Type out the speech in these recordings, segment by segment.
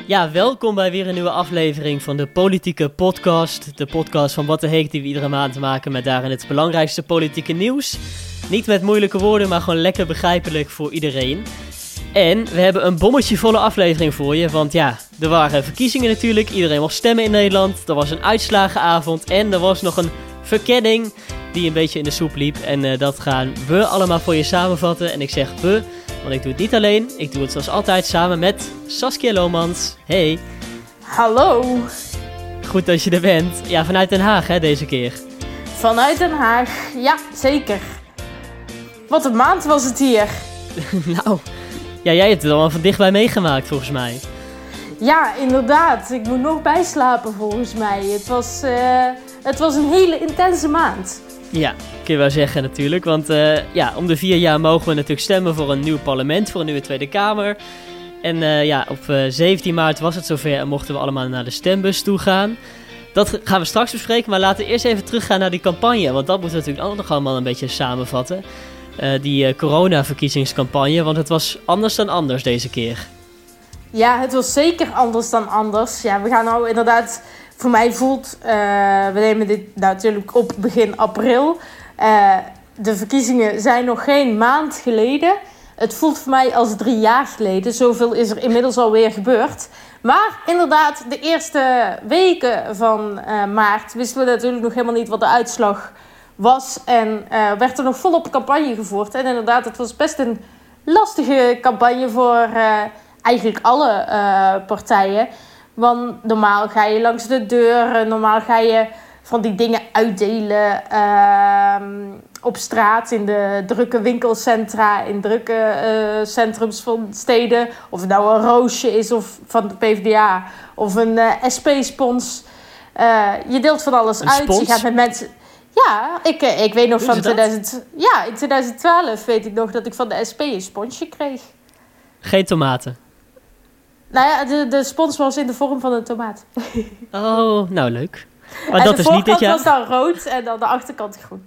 Ja, welkom bij weer een nieuwe aflevering van de Politieke Podcast. De podcast van Wat de Heek die we iedere maand maken met daarin het belangrijkste politieke nieuws. Niet met moeilijke woorden, maar gewoon lekker begrijpelijk voor iedereen. En we hebben een bommetje volle aflevering voor je, want ja, er waren verkiezingen natuurlijk. Iedereen mocht stemmen in Nederland. Er was een uitslagenavond en er was nog een verkenning die een beetje in de soep liep. En dat gaan we allemaal voor je samenvatten. En ik zeg we, want ik doe het niet alleen. Ik doe het zoals altijd samen met Saskia Lomans. Hey. Hallo. Goed dat je er bent. Ja, vanuit Den Haag hè, deze keer. Vanuit Den Haag, ja, zeker. Wat een maand was het hier. Nou, ja, jij hebt het allemaal van dichtbij meegemaakt volgens mij. Ja, inderdaad. Ik moet nog bijslapen volgens mij. Het was een hele intense maand. Ja, kun je wel zeggen natuurlijk. Want om de 4 jaar mogen we natuurlijk stemmen voor een nieuw parlement, voor een nieuwe Tweede Kamer. En op 17 maart was het zover en mochten we allemaal naar de stembus toe gaan. Dat gaan we straks bespreken, maar laten we eerst even teruggaan naar die campagne. Want dat moeten we natuurlijk ook nog allemaal een beetje samenvatten. Die corona-verkiezingscampagne, want het was anders dan anders deze keer. Ja, het was zeker anders dan anders. Ja, we gaan nou inderdaad, voor mij voelt, we nemen dit natuurlijk op begin april. De verkiezingen zijn nog geen maand geleden. Het voelt voor mij als 3 jaar geleden. Zoveel is er inmiddels alweer gebeurd. Maar inderdaad, de eerste weken van maart wisten we natuurlijk nog helemaal niet wat de uitslag was. En werd er nog volop campagne gevoerd. En inderdaad, het was best een lastige campagne voor eigenlijk alle partijen. Want normaal ga je langs de deur, normaal ga je van die dingen uitdelen op straat, in de drukke winkelcentra, in drukke centrums van steden. Of het nou een roosje is of van de PvdA of een SP-spons. Je deelt van alles een uit. Spons? Je gaat met mensen. Ja, ik weet nog Doen van ze dat? in 2012 weet ik nog dat ik van de SP een sponsje kreeg. Geen tomaten. Nou ja, de spons was in de vorm van een tomaat. Oh, nou leuk. Maar En dat de is niet dit voorkant jaar. was dan rood en dan de achterkant groen.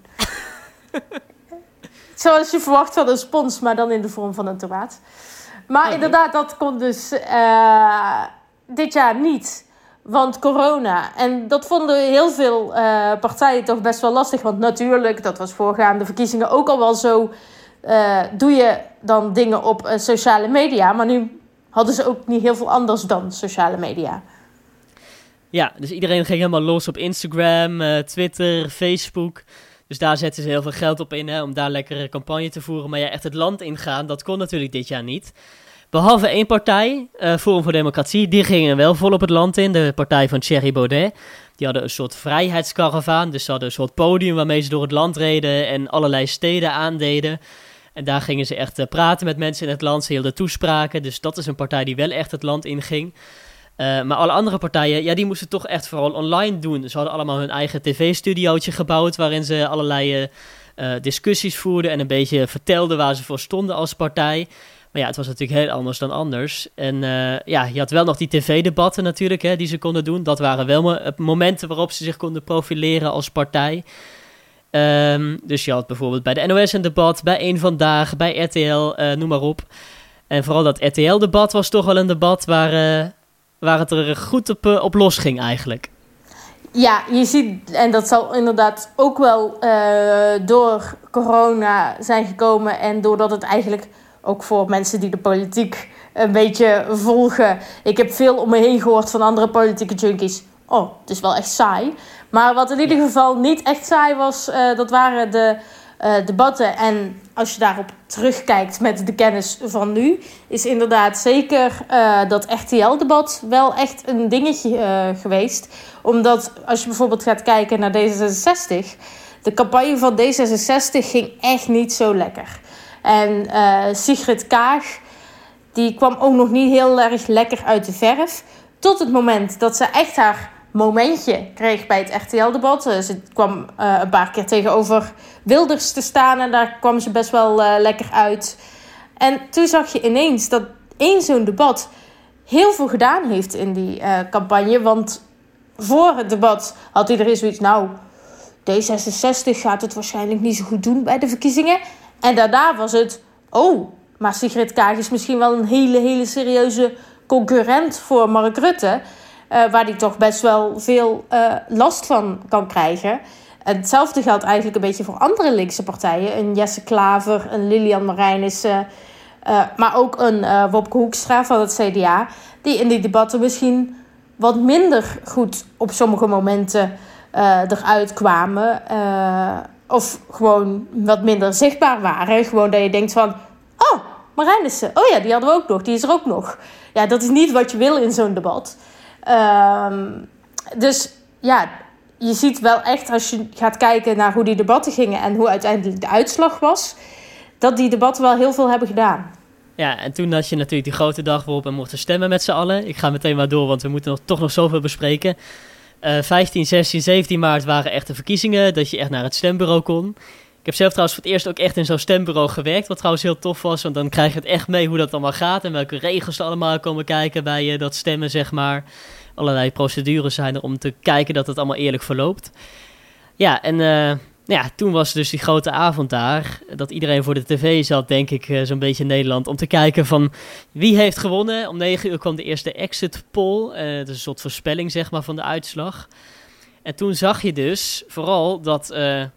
Zoals je verwacht van een spons, maar dan in de vorm van een tomaat. Maar inderdaad, dat kon dus dit jaar niet. Want corona. En dat vonden heel veel partijen toch best wel lastig. Want natuurlijk, dat was voorgaande verkiezingen ook al wel zo. Doe je dan dingen op sociale media. Maar nu hadden ze ook niet heel veel anders dan sociale media. Ja, dus iedereen ging helemaal los op Instagram, Twitter, Facebook. Dus daar zetten ze heel veel geld op in, hè, om daar lekkere campagne te voeren. Maar ja, echt het land ingaan, dat kon natuurlijk dit jaar niet. Behalve 1 partij, Forum voor Democratie, die gingen wel vol op het land in. De partij van Thierry Baudet. Die hadden een soort vrijheidskaravaan. Dus ze hadden een soort podium waarmee ze door het land reden en allerlei steden aandeden. En daar gingen ze echt praten met mensen in het land. Ze hielden toespraken. Dus dat is een partij die wel echt het land inging. Maar alle andere partijen, ja, die moesten toch echt vooral online doen. Ze hadden allemaal hun eigen tv-studiootje gebouwd, waarin ze allerlei discussies voerden en een beetje vertelden waar ze voor stonden als partij. Maar ja, het was natuurlijk heel anders dan anders. En je had wel nog die tv-debatten natuurlijk, hè, die ze konden doen. Dat waren wel momenten waarop ze zich konden profileren als partij. Dus je had bijvoorbeeld bij de NOS een debat, bij Eén Vandaag, bij RTL, noem maar op. En vooral dat RTL-debat was toch wel een debat waar het er goed op los ging eigenlijk. Ja, je ziet, en dat zal inderdaad ook wel door corona zijn gekomen. En doordat het eigenlijk ook voor mensen die de politiek een beetje volgen. Ik heb veel om me heen gehoord van andere politieke junkies. Oh, het is wel echt saai. Maar wat in ieder geval niet echt saai was, dat waren de debatten. En als je daarop terugkijkt met de kennis van nu, is inderdaad zeker dat RTL-debat wel echt een dingetje geweest. Omdat als je bijvoorbeeld gaat kijken naar D66, de campagne van D66 ging echt niet zo lekker. En Sigrid Kaag, die kwam ook nog niet heel erg lekker uit de verf. Tot het moment dat ze echt haar momentje kreeg bij het RTL-debat. Ze kwam een paar keer tegenover Wilders te staan en daar kwam ze best wel lekker uit. En toen zag je ineens dat één zo'n debat heel veel gedaan heeft in die campagne. Want voor het debat had iedereen zoiets, nou, D66 gaat het waarschijnlijk niet zo goed doen bij de verkiezingen. En daarna was het, oh, maar Sigrid Kaag is misschien wel een hele serieuze concurrent voor Mark Rutte, waar die toch best wel veel last van kan krijgen. En hetzelfde geldt eigenlijk een beetje voor andere linkse partijen. Een Jesse Klaver, een Lilian Marijnissen, maar ook een Wopke Hoekstra van het CDA, die in die debatten misschien wat minder goed op sommige momenten eruit kwamen. Of gewoon wat minder zichtbaar waren. Gewoon dat je denkt van, oh, Marijnissen, oh ja, die hadden we ook nog, die is er ook nog. Ja, dat is niet wat je wil in zo'n debat. Dus ja, je ziet wel echt, als je gaat kijken naar hoe die debatten gingen en hoe uiteindelijk de uitslag was, dat die debatten wel heel veel hebben gedaan. Ja, en toen had je natuurlijk die grote dag waarop we mochten stemmen met z'n allen. Ik ga meteen maar door, want we moeten toch nog zoveel bespreken. 15, 16, 17 maart waren echt de verkiezingen, dat je echt naar het stembureau kon. Ik heb zelf trouwens voor het eerst ook echt in zo'n stembureau gewerkt, wat trouwens heel tof was, want dan krijg je het echt mee hoe dat allemaal gaat en welke regels er allemaal komen kijken bij dat stemmen, zeg maar. Allerlei procedures zijn er om te kijken dat het allemaal eerlijk verloopt. Ja, en toen was dus die grote avond daar, dat iedereen voor de tv zat, denk ik, zo'n beetje in Nederland, om te kijken van wie heeft gewonnen. Om 9 uur kwam de eerste exit poll, dat is een soort voorspelling, zeg maar, van de uitslag. En toen zag je dus vooral dat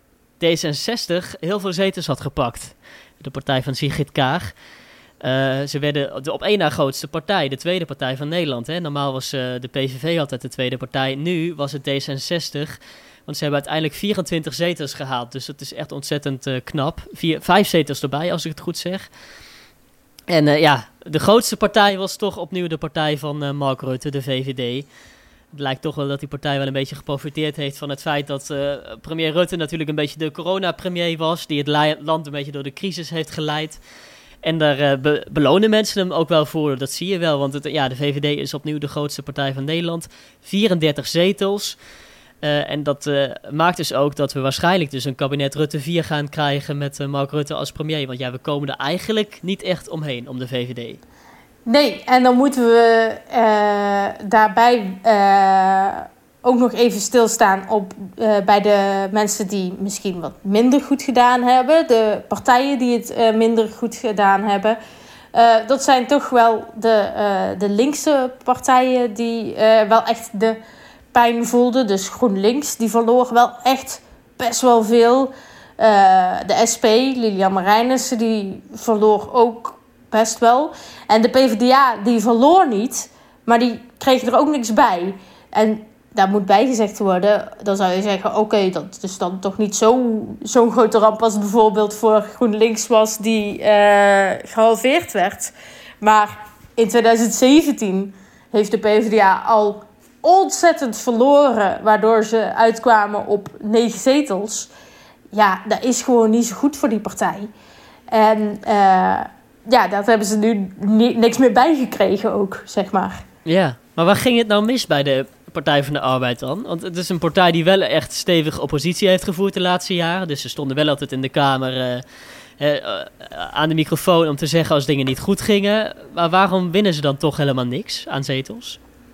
D66 heel veel zetels had gepakt. De partij van Sigrid Kaag. Ze werden de op één na grootste partij, de tweede partij van Nederland. Hè. Normaal was de PVV altijd de tweede partij. Nu was het D66, want ze hebben uiteindelijk 24 zetels gehaald. Dus dat is echt ontzettend knap. 5 zetels erbij, als ik het goed zeg. En de grootste partij was toch opnieuw de partij van Mark Rutte, de VVD. Het lijkt toch wel dat die partij wel een beetje geprofiteerd heeft van het feit dat premier Rutte natuurlijk een beetje de corona-premier was, die het land een beetje door de crisis heeft geleid. En daar belonen mensen hem ook wel voor, dat zie je wel. Want de VVD is opnieuw de grootste partij van Nederland. 34 zetels. En dat maakt dus ook dat we waarschijnlijk dus een kabinet Rutte 4 gaan krijgen met Mark Rutte als premier. Want ja, we komen er eigenlijk niet echt omheen, om de VVD. Nee, en dan moeten we daarbij ook nog even stilstaan bij de mensen die misschien wat minder goed gedaan hebben. De partijen die het minder goed gedaan hebben. Dat zijn toch wel de linkse partijen die wel echt de pijn voelden. Dus GroenLinks, die verloor wel echt best wel veel. De SP, Lilian Marijnissen, die verloor ook best wel. En de PvdA, die verloor niet, maar die kreeg er ook niks bij. En daar moet bijgezegd worden, dan zou je zeggen, oké, dat is dan toch niet zo'n grote ramp als bijvoorbeeld voor GroenLinks was, die gehalveerd werd. Maar in 2017 heeft de PvdA al ontzettend verloren, waardoor ze uitkwamen op 9 zetels. Ja, dat is gewoon niet zo goed voor die partij. En dat hebben ze nu niks meer bijgekregen ook, zeg maar. Ja, maar waar ging het nou mis bij de Partij van de Arbeid dan? Want het is een partij die wel echt stevig oppositie heeft gevoerd de laatste jaren. Dus ze stonden wel altijd in de Kamer aan de microfoon om te zeggen als dingen niet goed gingen. Maar waarom winnen ze dan toch helemaal niks aan zetels?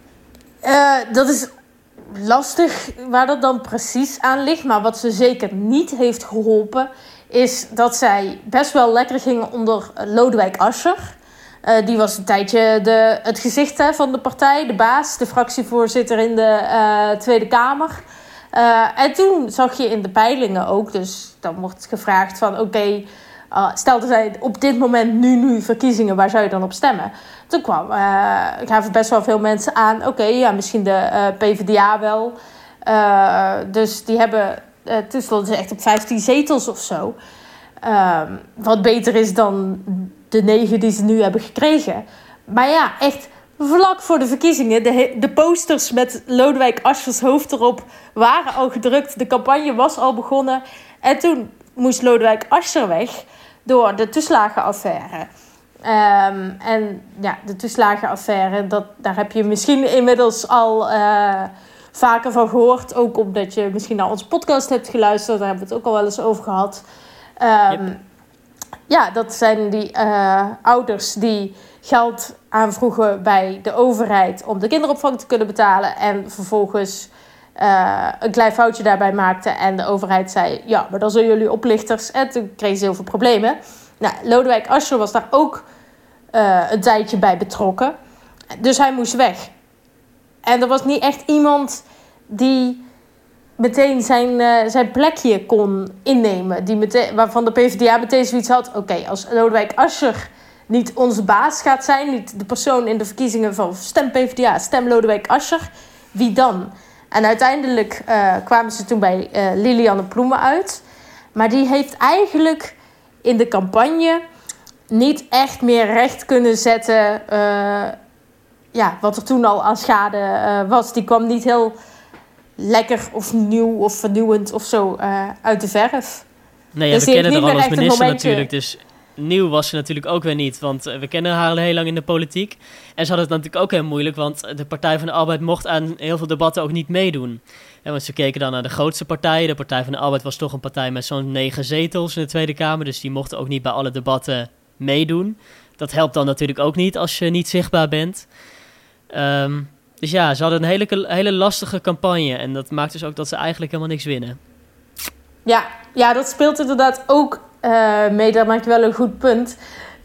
Dat is lastig waar dat dan precies aan ligt. Maar wat ze zeker niet heeft geholpen, is dat zij best wel lekker gingen onder Lodewijk Asscher. Die was een tijdje het gezicht van de partij, de baas, de fractievoorzitter in de Tweede Kamer. En toen zag je in de peilingen ook, dus dan wordt gevraagd van oké, stel er zijn op dit moment nu verkiezingen, waar zou je dan op stemmen? Toen gaven best wel veel mensen aan, misschien de PvdA wel. Dus die hebben, toen stonden ze echt op 15 zetels of zo. Wat beter is dan de 9 die ze nu hebben gekregen. Maar ja, echt vlak voor de verkiezingen. De posters met Lodewijk Asschers hoofd erop waren al gedrukt. De campagne was al begonnen. En toen moest Lodewijk Asscher weg door de toeslagenaffaire. De toeslagenaffaire, daar heb je misschien inmiddels al vaker van gehoord. Ook omdat je misschien naar onze podcast hebt geluisterd. Daar hebben we het ook al wel eens over gehad. Ja, dat zijn die ouders die geld aanvroegen bij de overheid om de kinderopvang te kunnen betalen. En vervolgens een klein foutje daarbij maakten. En de overheid zei, ja, maar dan zijn jullie oplichters. En toen kregen ze heel veel problemen. Nou, Lodewijk Asscher was daar ook een tijdje bij betrokken. Dus hij moest weg. En er was niet echt iemand die meteen zijn plekje kon innemen. Waarvan de PvdA meteen zoiets had. Oké, als Lodewijk Asscher niet onze baas gaat zijn, niet de persoon in de verkiezingen van stem PvdA, stem Lodewijk Asscher, wie dan? En uiteindelijk kwamen ze toen bij Lilianne Ploemen uit. Maar die heeft eigenlijk in de campagne niet echt meer recht kunnen zetten wat er toen al aan schade was. Die kwam niet heel lekker of nieuw of vernieuwend of zo uit de verf. Nee, dus we kennen haar al als minister natuurlijk, dus nieuw was ze natuurlijk ook weer niet. Want we kennen haar al heel lang in de politiek. En ze had het natuurlijk ook heel moeilijk, want de Partij van de Arbeid mocht aan heel veel debatten ook niet meedoen. Ja, want ze keken dan naar de grootste partij. De Partij van de Arbeid was toch een partij met zo'n 9 zetels in de Tweede Kamer. Dus die mochten ook niet bij alle debatten meedoen. Dat helpt dan natuurlijk ook niet als je niet zichtbaar bent. Dus ja, ze hadden een hele lastige campagne. En dat maakt dus ook dat ze eigenlijk helemaal niks winnen. Ja, dat speelt inderdaad ook mee. Daar maak je wel een goed punt.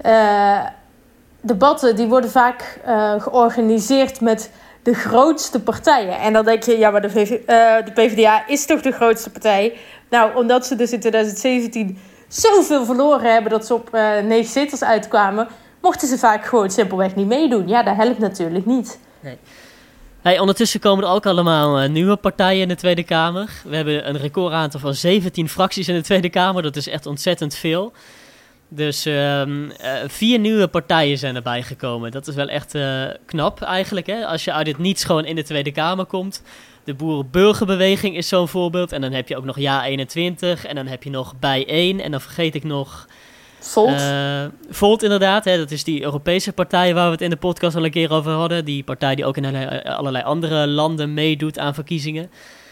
Debatten die worden vaak georganiseerd met de grootste partijen. En dan denk je, ja, maar de PvdA is toch de grootste partij? Nou, omdat ze dus in 2017 zoveel verloren hebben dat ze op 9 zetels uitkwamen, mochten ze vaak gewoon simpelweg niet meedoen. Ja, dat helpt natuurlijk niet. Nee. Hey, ondertussen komen er ook allemaal nieuwe partijen in de Tweede Kamer. We hebben een recordaantal van 17 fracties in de Tweede Kamer. Dat is echt ontzettend veel. Dus 4 nieuwe partijen zijn erbij gekomen. Dat is wel echt knap eigenlijk. Hè? Als je uit het niets gewoon in de Tweede Kamer komt. De Boerenburgerbeweging is zo'n voorbeeld. En dan heb je ook nog Ja21. En dan heb je nog Bij1. En dan vergeet ik nog Volt. Volt inderdaad. Hè? Dat is die Europese partij waar we het in de podcast al een keer over hadden. Die partij die ook in allerlei andere landen meedoet aan verkiezingen.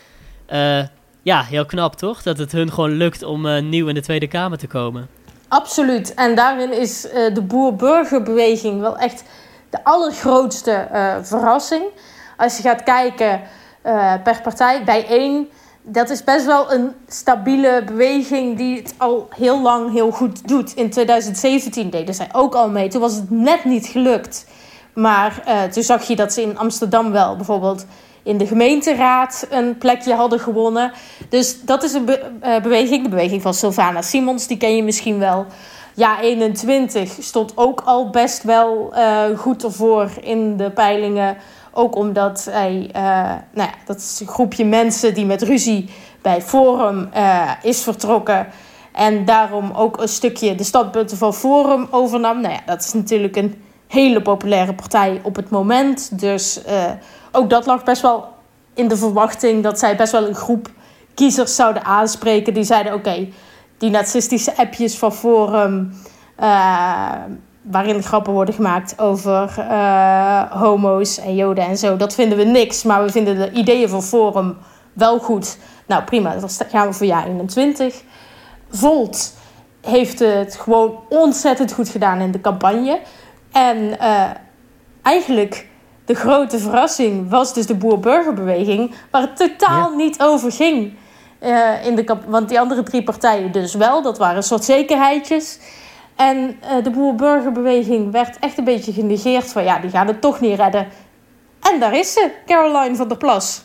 Ja, heel knap toch? Dat het hun gewoon lukt om nieuw in de Tweede Kamer te komen. Absoluut. En daarin is de boer-burgerbeweging wel echt de allergrootste verrassing. Als je gaat kijken per partij, Bij1, dat is best wel een stabiele beweging die het al heel lang heel goed doet. In 2017 deden zij ook al mee. Toen was het net niet gelukt. Maar toen zag je dat ze in Amsterdam wel bijvoorbeeld in de gemeenteraad een plekje hadden gewonnen. Dus dat is een beweging. De beweging van Sylvana Simons, die ken je misschien wel. Ja21 stond ook al best wel goed ervoor in de peilingen. Ook omdat hij, dat is een groepje mensen die met ruzie bij Forum is vertrokken. En daarom ook een stukje de standpunten van Forum overnam. Nou ja, dat is natuurlijk een hele populaire partij op het moment. Dus ook dat lag best wel in de verwachting dat zij best wel een groep kiezers zouden aanspreken. Die zeiden, oké, die nazistische appjes van Forum, waarin grappen worden gemaakt over homo's en joden en zo, dat vinden we niks. Maar we vinden de ideeën van Forum wel goed. Nou prima, dan gaan we voor Ja21. Volt heeft het gewoon ontzettend goed gedaan in de campagne. En eigenlijk de grote verrassing was dus de boer-burgerbeweging, waar het totaal niet over ging. Want die andere 3 partijen dus wel, dat waren een soort zekerheidjes. En de boer-burgerbeweging werd echt een beetje genegeerd van, ja, die gaan het toch niet redden. En daar is ze, Caroline van der Plas.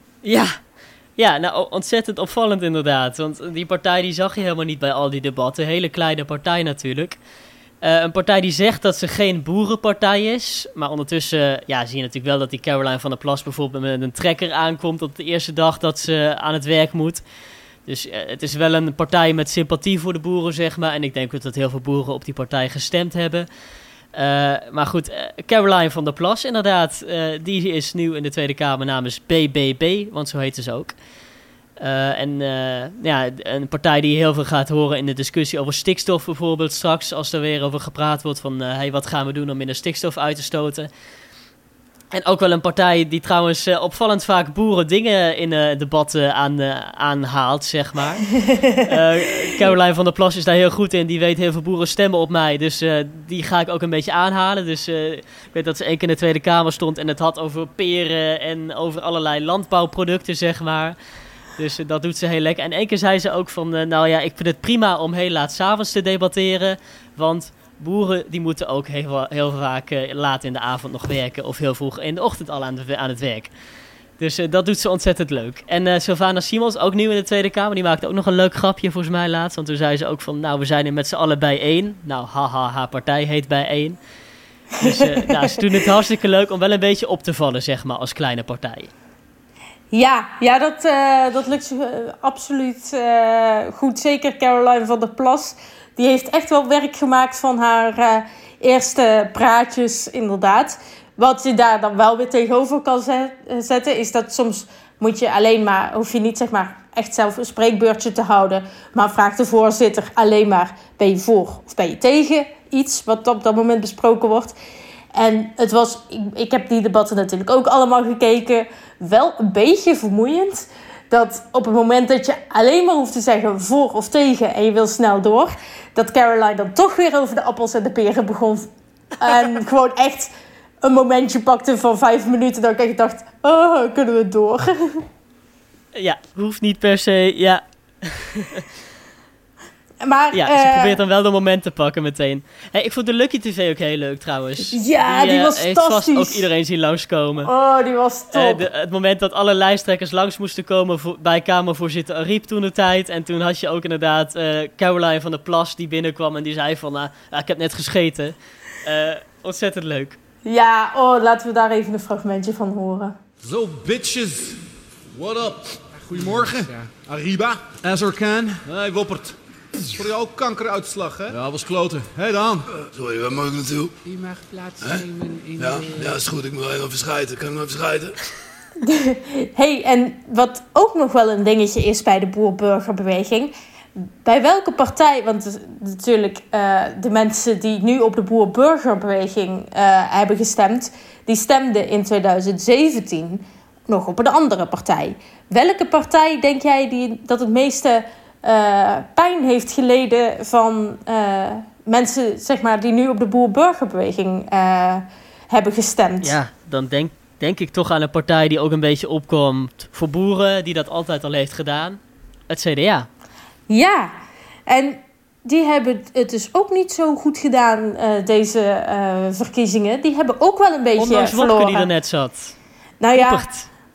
Ja, nou ontzettend opvallend inderdaad. Want die partij die zag je helemaal niet bij al die debatten. Hele kleine partij natuurlijk. Een partij die zegt dat ze geen boerenpartij is. Maar ondertussen zie je natuurlijk wel dat die Caroline van der Plas bijvoorbeeld met een trekker aankomt op de eerste dag dat ze aan het werk moet. Dus het is wel een partij met sympathie voor de boeren, zeg maar. En ik denk ook dat heel veel boeren op die partij gestemd hebben. Maar goed, Caroline van der Plas inderdaad, die is nieuw in de Tweede Kamer namens BBB, want zo heette ze ook. Een partij die heel veel gaat horen in de discussie over stikstof bijvoorbeeld straks, als er weer over gepraat wordt van wat gaan we doen om minder stikstof uit te stoten. En ook wel een partij die trouwens opvallend vaak boeren dingen in debatten aanhaalt, zeg maar. Caroline van der Plas is daar heel goed in. Die weet heel veel boeren stemmen op mij. Dus die ga ik ook een beetje aanhalen. Dus ik weet dat ze 1 keer in de Tweede Kamer stond en het had over peren en over allerlei landbouwproducten, zeg maar. Dus dat doet ze heel lekker. En 1 keer zei ze ook van, ik vind het prima om heel laat 's avonds te debatteren. Want boeren die moeten ook heel vaak laat in de avond nog werken of heel vroeg in de ochtend al aan het werk. Dus dat doet ze ontzettend leuk. En Sylvana Simons, ook nieuw in de Tweede Kamer, die maakte ook nog een leuk grapje volgens mij laatst. Want toen zei ze ook van, nou, we zijn er met z'n allen bijeen. Nou, haha, haar partij heet bijeen. Dus ze doen het hartstikke leuk om wel een beetje op te vallen, zeg maar, als kleine partij. Ja, dat lukt absoluut goed. Zeker Caroline van der Plas. Die heeft echt wel werk gemaakt van haar eerste praatjes, inderdaad. Wat je daar dan wel weer tegenover kan zetten, is dat soms hoef je niet zeg maar echt zelf een spreekbeurtje te houden, maar vraagt de voorzitter alleen maar, ben je voor of ben je tegen iets wat op dat moment besproken wordt. En ik heb die debatten natuurlijk ook allemaal gekeken, wel een beetje vermoeiend. Dat op het moment dat je alleen maar hoeft te zeggen voor of tegen en je wil snel door, dat Caroline dan toch weer over de appels en de peren begon. En gewoon echt een momentje pakte van 5 minuten dat ik echt dacht, oh, kunnen we door? Ja, hoeft niet per se, ja. Maar, ja, ze probeert dan wel de moment te pakken meteen. Hey, ik vond de Lucky TV ook heel leuk trouwens. Ja, die was heeft fantastisch. Vast ook iedereen zien langskomen. Oh, die was top. Het moment dat alle lijsttrekkers langs moesten komen bij Kamervoorzitter Ariep toen de tijd. En toen had je ook inderdaad Caroline van der Plas die binnenkwam en die zei van, ik heb net gescheten. Ontzettend leuk. Ja, laten we daar even een fragmentje van horen. Zo, bitches. What up? Goedemorgen. Ja. Arriba. Azarkan. Hey, Woppert. Dat is voor jou ook kankeruitslag, hè? Ja, was kloten. Hé, Daan. Sorry, waar moet ik naartoe? U mag plaatsnemen in Ja, is goed. Ik moet even verschijten. Kan ik nog even verschijten? Hey, en wat ook nog wel een dingetje is bij de boer-burgerbeweging. Bij welke partij, want natuurlijk de mensen die nu op de boer-burgerbeweging hebben gestemd, die stemden in 2017 nog op een andere partij. Welke partij denk jij dat het meeste pijn heeft geleden van mensen, zeg maar, die nu op de boer-burgerbeweging hebben gestemd? Ja, dan denk ik toch aan een partij die ook een beetje opkomt voor boeren, die dat altijd al heeft gedaan. Het CDA. Ja, en die hebben het dus ook niet zo goed gedaan, deze verkiezingen. Die hebben ook wel een beetje ondanks verloren. Wopke die er net zat. Nou ja,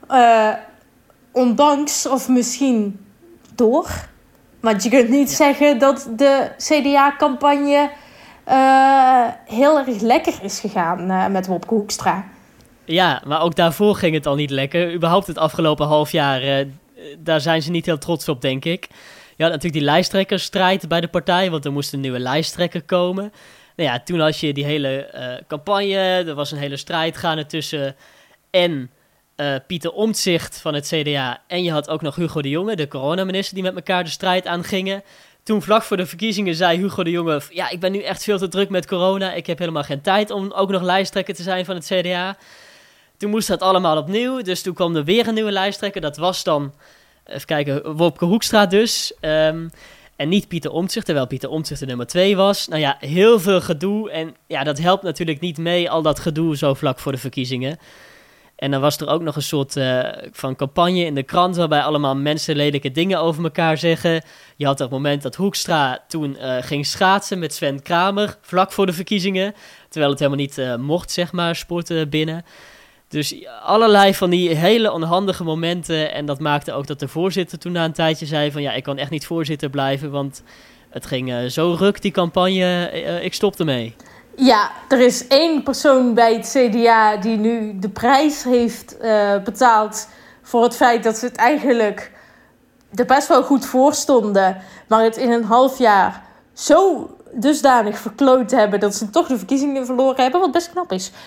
ondanks of misschien door. Want je kunt niet zeggen dat de CDA-campagne heel erg lekker is gegaan met Wopke Hoekstra. Ja, maar ook daarvoor ging het al niet lekker. Überhaupt het afgelopen half jaar, daar zijn ze niet heel trots op, denk ik. Je had natuurlijk die lijsttrekkersstrijd bij de partij, want er moest een nieuwe lijsttrekker komen. Nou ja, toen had je die hele campagne, er was een hele strijd gaande tussen en Pieter Omtzigt van het CDA en je had ook nog Hugo de Jonge, de coronaminister, die met elkaar de strijd aangingen. Toen vlak voor de verkiezingen zei Hugo de Jonge, ja, ik ben nu echt veel te druk met corona, ik heb helemaal geen tijd om ook nog lijsttrekker te zijn van het CDA. Toen moest dat allemaal opnieuw, dus toen kwam er weer een nieuwe lijsttrekker, dat was dan, even kijken, Wopke Hoekstra dus. En niet Pieter Omtzigt, terwijl Pieter Omtzigt de nummer 2 was. Nou ja, heel veel gedoe. En ja, dat helpt natuurlijk niet mee, al dat gedoe zo vlak voor de verkiezingen. En dan was er ook nog een soort van campagne in de krant, waarbij allemaal mensen lelijke dingen over elkaar zeggen. Je had het moment dat Hoekstra toen ging schaatsen met Sven Kramer, vlak voor de verkiezingen. Terwijl het helemaal niet mocht, zeg maar, sporten binnen. Dus allerlei van die hele onhandige momenten. En dat maakte ook dat de voorzitter toen na een tijdje zei van, ja, ik kan echt niet voorzitter blijven, want het ging zo ruk, die campagne, ik stop ermee. Ja, er is 1 persoon bij het CDA die nu de prijs heeft betaald voor het feit dat ze het eigenlijk er best wel goed voor stonden, maar het in een half jaar zo dusdanig verkloot hebben dat ze toch de verkiezingen verloren hebben, wat best knap is.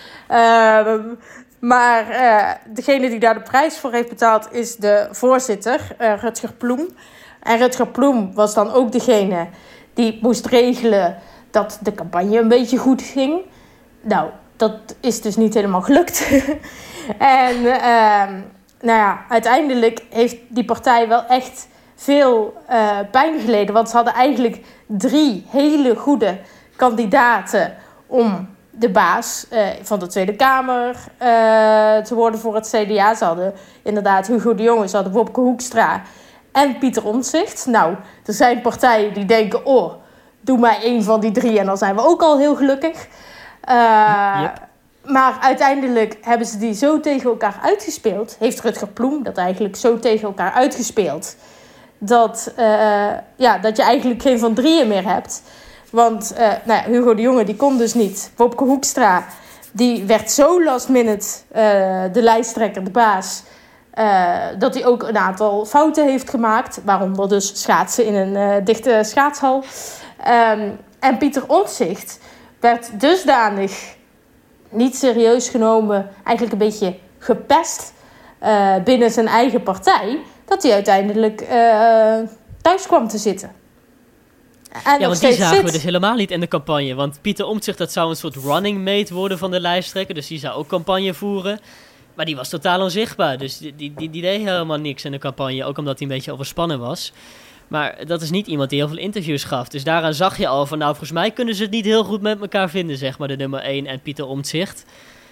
Maar degene die daar de prijs voor heeft betaald is de voorzitter, Rutger Ploem. En Rutger Ploem was dan ook degene die moest regelen dat de campagne een beetje goed ging. Nou, dat is dus niet helemaal gelukt. En nou ja, uiteindelijk heeft die partij wel echt veel pijn geleden. Want ze hadden eigenlijk 3 hele goede kandidaten om de baas van de Tweede Kamer te worden voor het CDA. Ze hadden inderdaad Hugo de Jonge, ze hadden Wopke Hoekstra en Pieter Omtzigt. Nou, er zijn partijen die denken, doe maar 1 van die 3 en dan zijn we ook al heel gelukkig. Yep. Maar uiteindelijk hebben ze die zo tegen elkaar uitgespeeld. Heeft Rutger Ploem dat eigenlijk zo tegen elkaar uitgespeeld. Dat je eigenlijk geen van 3 meer hebt. Want Hugo de Jonge die kon dus niet. Wopke Hoekstra die werd zo last minute de lijsttrekker, de baas. Dat hij ook een aantal fouten heeft gemaakt. Waaronder dus schaatsen in een dichte schaatshal. En Pieter Omtzigt werd dusdanig niet serieus genomen. Eigenlijk een beetje gepest binnen zijn eigen partij. Dat hij uiteindelijk thuis kwam te zitten. En want die zagen we dus helemaal niet in de campagne. Want Pieter Omtzigt, dat zou een soort running mate worden van de lijsttrekker. Dus die zou ook campagne voeren. Maar die was totaal onzichtbaar. Dus die deed helemaal niks in de campagne. Ook omdat hij een beetje overspannen was. Maar dat is niet iemand die heel veel interviews gaf. Dus daaraan zag je al van, volgens mij kunnen ze het niet heel goed met elkaar vinden, zeg maar, de nummer 1 en Pieter Omtzigt.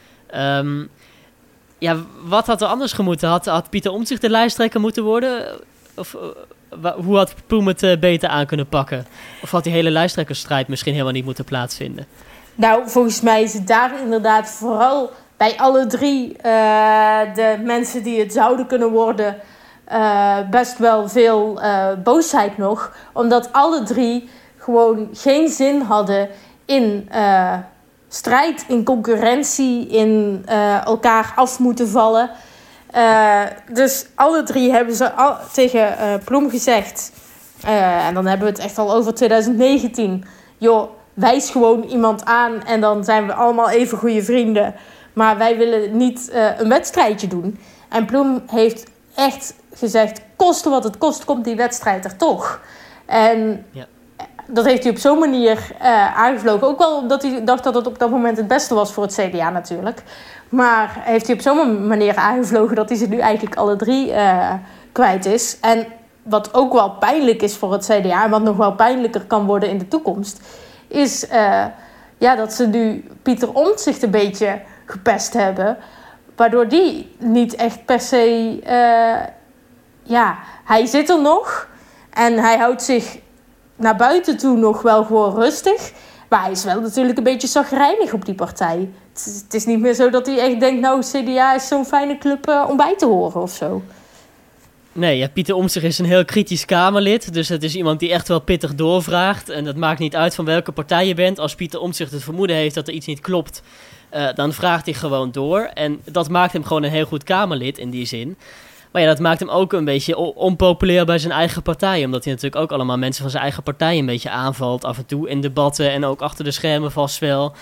Wat had er anders gemoeten? Had Pieter Omtzigt de lijsttrekker moeten worden? Of hoe had Ploem het beter aan kunnen pakken? Of had die hele lijsttrekkersstrijd misschien helemaal niet moeten plaatsvinden? Nou, volgens mij is het daar inderdaad vooral bij alle 3 de mensen die het zouden kunnen worden best wel veel boosheid nog. Omdat alle 3 gewoon geen zin hadden in strijd, in concurrentie, in elkaar af moeten vallen. Dus alle 3 hebben ze tegen Ploem gezegd. En dan hebben we het echt al over 2019. Joh, wijs gewoon iemand aan en dan zijn we allemaal even goede vrienden. Maar wij willen niet een wedstrijdje doen. En Ploem heeft echt gezegd, koste wat het kost, komt die wedstrijd er toch. En dat heeft hij op zo'n manier aangevlogen. Ook wel omdat hij dacht dat het op dat moment het beste was voor het CDA natuurlijk. Maar heeft hij op zo'n manier aangevlogen dat hij ze nu eigenlijk alle 3 kwijt is. En wat ook wel pijnlijk is voor het CDA, en wat nog wel pijnlijker kan worden in de toekomst, is dat ze nu Pieter Omtzigt een beetje gepest hebben. Waardoor die niet echt per se... hij zit er nog. En hij houdt zich naar buiten toe nog wel gewoon rustig. Maar hij is wel natuurlijk een beetje chagrijnig op die partij. Het is niet meer zo dat hij echt denkt, CDA is zo'n fijne club om bij te horen of zo. Nee, Pieter Omtzigt is een heel kritisch Kamerlid. Dus het is iemand die echt wel pittig doorvraagt. En dat maakt niet uit van welke partij je bent. Als Pieter Omtzigt het vermoeden heeft dat er iets niet klopt, dan vraagt hij gewoon door. En dat maakt hem gewoon een heel goed Kamerlid in die zin. Maar dat maakt hem ook een beetje onpopulair bij zijn eigen partij. Omdat hij natuurlijk ook allemaal mensen van zijn eigen partij een beetje aanvalt. Af en toe in debatten en ook achter de schermen vast wel.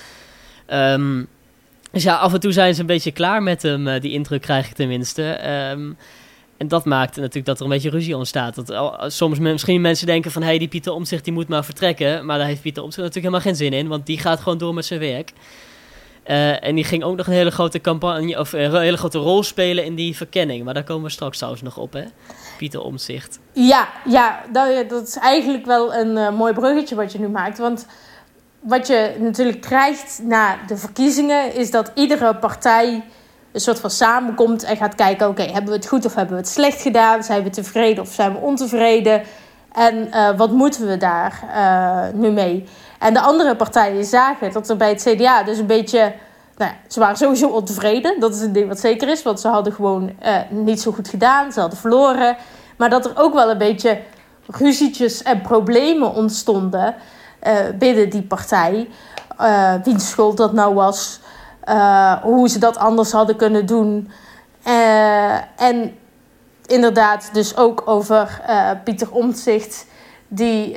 Dus af en toe zijn ze een beetje klaar met hem. Die indruk krijg ik tenminste. En dat maakt natuurlijk dat er een beetje ruzie ontstaat. Dat soms misschien mensen denken van, die Pieter Omtzigt die moet maar vertrekken. Maar daar heeft Pieter Omtzigt natuurlijk helemaal geen zin in. Want die gaat gewoon door met zijn werk. En die ging ook nog een hele grote campagne of een hele grote rol spelen in die verkenning. Maar daar komen we straks trouwens nog op, hè? Pieter Omtzigt. Ja, dat is eigenlijk wel een mooi bruggetje wat je nu maakt. Want wat je natuurlijk krijgt na de verkiezingen is dat iedere partij een soort van samenkomt en gaat kijken, oké, hebben we het goed of hebben we het slecht gedaan? Zijn we tevreden of zijn we ontevreden? En wat moeten we daar nu mee? En de andere partijen zagen dat er bij het CDA dus een beetje... ze waren sowieso ontevreden. Dat is een ding wat zeker is. Want ze hadden gewoon niet zo goed gedaan. Ze hadden verloren. Maar dat er ook wel een beetje ruzietjes en problemen ontstonden binnen die partij. Wiens schuld dat nou was. Hoe ze dat anders hadden kunnen doen. En inderdaad dus ook over Pieter Omtzigt. Die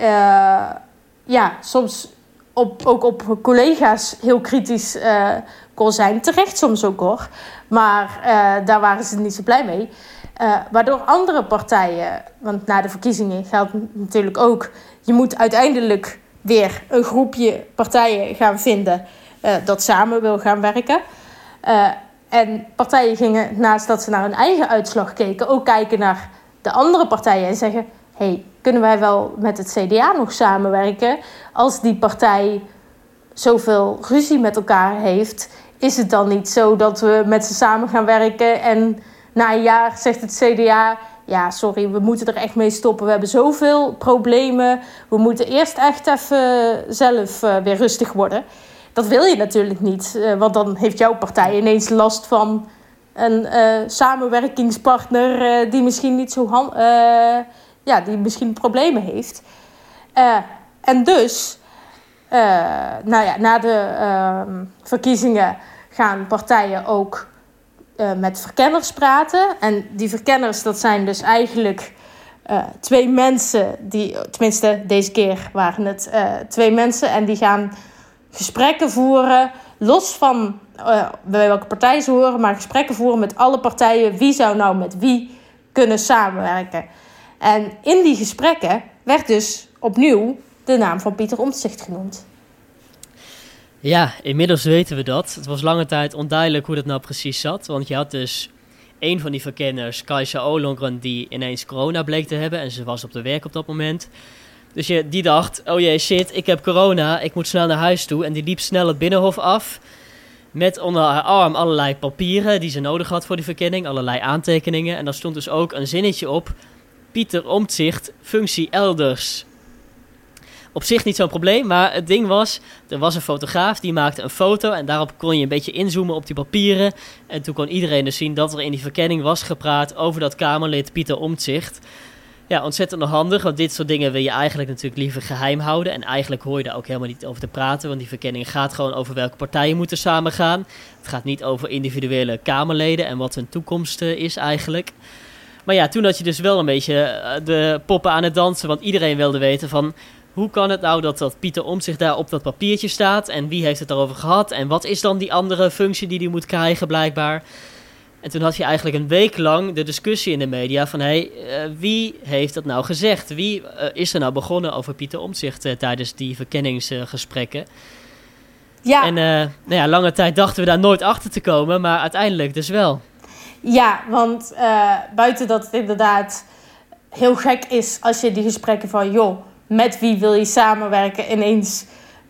soms ook op collega's heel kritisch kon zijn. Terecht soms ook hoor. Maar daar waren ze niet zo blij mee. Waardoor andere partijen, want na de verkiezingen geldt natuurlijk ook, je moet uiteindelijk weer een groepje partijen gaan vinden dat samen wil gaan werken. En partijen gingen, naast dat ze naar hun eigen uitslag keken, ook kijken naar de andere partijen en zeggen, kunnen wij wel met het CDA nog samenwerken? Als die partij zoveel ruzie met elkaar heeft, is het dan niet zo dat we met ze samen gaan werken en na een jaar zegt het CDA, ja, sorry, we moeten er echt mee stoppen. We hebben zoveel problemen. We moeten eerst echt even zelf weer rustig worden. Dat wil je natuurlijk niet. Want dan heeft jouw partij ineens last van een samenwerkingspartner die misschien niet zo die misschien problemen heeft. En dus, na de verkiezingen gaan partijen ook met verkenners praten. En die verkenners, dat zijn dus eigenlijk 2 mensen tenminste deze keer waren het 2 mensen. En die gaan gesprekken voeren, los van bij welke partij ze horen, maar gesprekken voeren met alle partijen. Wie zou nou met wie kunnen samenwerken? En in die gesprekken werd dus opnieuw de naam van Pieter Omtzigt genoemd. Ja, inmiddels weten we dat. Het was lange tijd onduidelijk hoe dat nou precies zat. Want je had dus een van die verkenners, Kajsa Ollongren, die ineens corona bleek te hebben. En ze was op de werk op dat moment. Dus die dacht, oh jee, shit, ik heb corona, ik moet snel naar huis toe. En die liep snel het Binnenhof af. Met onder haar arm allerlei papieren die ze nodig had voor die verkenning. Allerlei aantekeningen. En daar stond dus ook een zinnetje op. Pieter Omtzigt, functie elders. Op zich niet zo'n probleem, maar het ding was, er was een fotograaf die maakte een foto en daarop kon je een beetje inzoomen op die papieren. En toen kon iedereen dus zien dat er in die verkenning was gepraat over dat Kamerlid Pieter Omtzigt. Ja, ontzettend nog handig, want dit soort dingen wil je eigenlijk natuurlijk liever geheim houden. En eigenlijk hoor je daar ook helemaal niet over te praten, want die verkenning gaat gewoon over welke partijen moeten samengaan. Het gaat niet over individuele Kamerleden en wat hun toekomst is eigenlijk. Maar ja, toen had je dus wel een beetje de poppen aan het dansen, want iedereen wilde weten van, hoe kan het nou dat Pieter Omtzigt daar op dat papiertje staat? En wie heeft het daarover gehad? En wat is dan die andere functie die hij moet krijgen blijkbaar? En toen had je eigenlijk een week lang de discussie in de media van, wie heeft dat nou gezegd? Wie is er nou begonnen over Pieter Omtzigt tijdens die verkenningsgesprekken? Ja. En lange tijd dachten we daar nooit achter te komen, maar uiteindelijk dus wel. Ja, want buiten dat het inderdaad heel gek is als je die gesprekken van, joh, met wie wil je samenwerken, ineens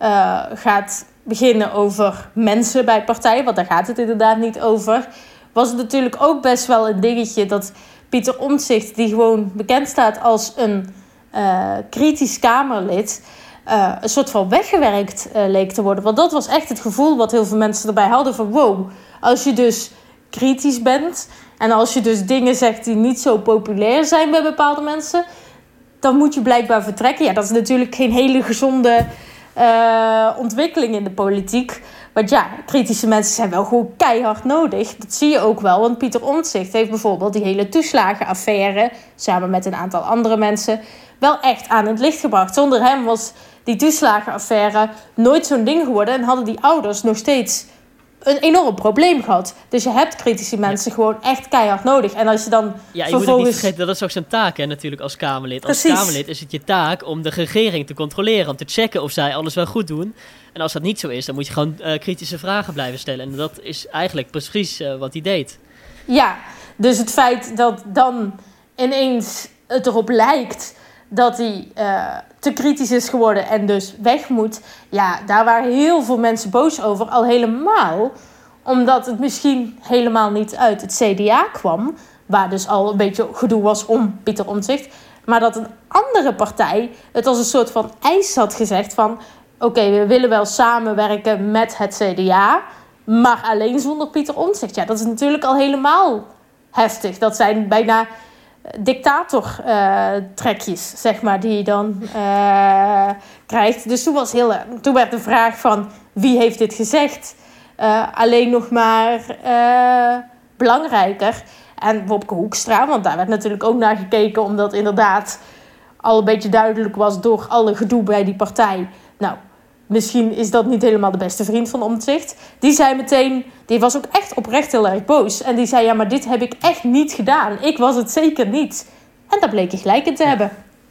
gaat beginnen over mensen bij partijen, want daar gaat het inderdaad niet over, was het natuurlijk ook best wel een dingetje dat Pieter Omtzigt, die gewoon bekend staat als een kritisch Kamerlid, een soort van weggewerkt leek te worden. Want dat was echt het gevoel wat heel veel mensen erbij hadden van, wow, als je dus kritisch bent en als je dus dingen zegt die niet zo populair zijn bij bepaalde mensen, dan moet je blijkbaar vertrekken. Ja, dat is natuurlijk geen hele gezonde ontwikkeling in de politiek. Want ja, kritische mensen zijn wel gewoon keihard nodig. Dat zie je ook wel. Want Pieter Omtzigt heeft bijvoorbeeld die hele toeslagenaffaire, samen met een aantal andere mensen, wel echt aan het licht gebracht. Zonder hem was die toeslagenaffaire nooit zo'n ding geworden en hadden die ouders nog steeds een enorm probleem gehad. Dus je hebt kritische mensen gewoon echt keihard nodig. En als je dan je moet het niet vergeten, dat is ook zijn taak natuurlijk als Kamerlid. Precies. Als Kamerlid is het je taak om de regering te controleren, om te checken of zij alles wel goed doen. En als dat niet zo is, dan moet je gewoon kritische vragen blijven stellen. En dat is eigenlijk precies wat hij deed. Ja, dus het feit dat dan ineens het erop lijkt dat hij te kritisch is geworden en dus weg moet. Ja, daar waren heel veel mensen boos over. Al helemaal omdat het misschien helemaal niet uit het CDA kwam, waar dus al een beetje gedoe was om Pieter Omtzigt. Maar dat een andere partij het als een soort van eis had gezegd van, oké, we willen wel samenwerken met het CDA, maar alleen zonder Pieter Omtzigt. Ja, dat is natuurlijk al helemaal heftig. Dat zijn bijna dictator-trekjes, zeg maar, die je dan krijgt. Dus toen werd de vraag van, wie heeft dit gezegd? Alleen nog maar belangrijker. En Wopke Hoekstra, want daar werd natuurlijk ook naar gekeken, omdat inderdaad al een beetje duidelijk was door alle gedoe bij die partij. Nou, misschien is dat niet helemaal de beste vriend van Omtzigt. Die zei meteen, die was ook echt oprecht heel erg boos. En die zei, ja, maar dit heb ik echt niet gedaan. Ik was het zeker niet. En daar bleek je gelijk in te hebben.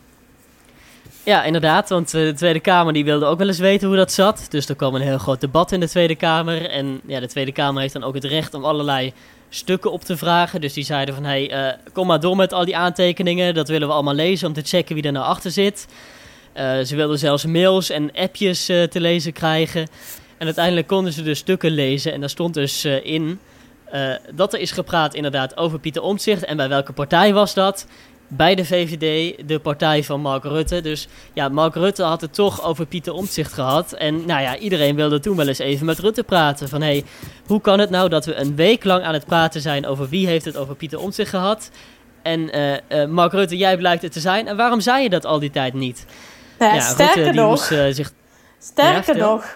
Ja, inderdaad, want de Tweede Kamer die wilde ook wel eens weten hoe dat zat. Dus er kwam een heel groot debat in de Tweede Kamer. En ja, de Tweede Kamer heeft dan ook het recht om allerlei stukken op te vragen. Dus die zeiden van, kom maar door met al die aantekeningen. Dat willen we allemaal lezen om te checken wie er nou achter zit. Ze wilden zelfs mails en appjes te lezen krijgen. En uiteindelijk konden ze dus stukken lezen. En daar stond dus in dat er is gepraat inderdaad over Pieter Omtzigt. En bij welke partij was dat? Bij de VVD, de partij van Mark Rutte. Dus ja, Mark Rutte had het toch over Pieter Omtzigt gehad. En nou ja, iedereen wilde toen wel eens even met Rutte praten. Van hey, hoe kan het nou dat we een week lang aan het praten zijn over wie heeft het over Pieter Omtzigt gehad? En Mark Rutte, jij blijkt het te zijn. En waarom zei je dat al die tijd niet? Nou, ja, sterker Rutte, die nog, moest zich... sterker nog,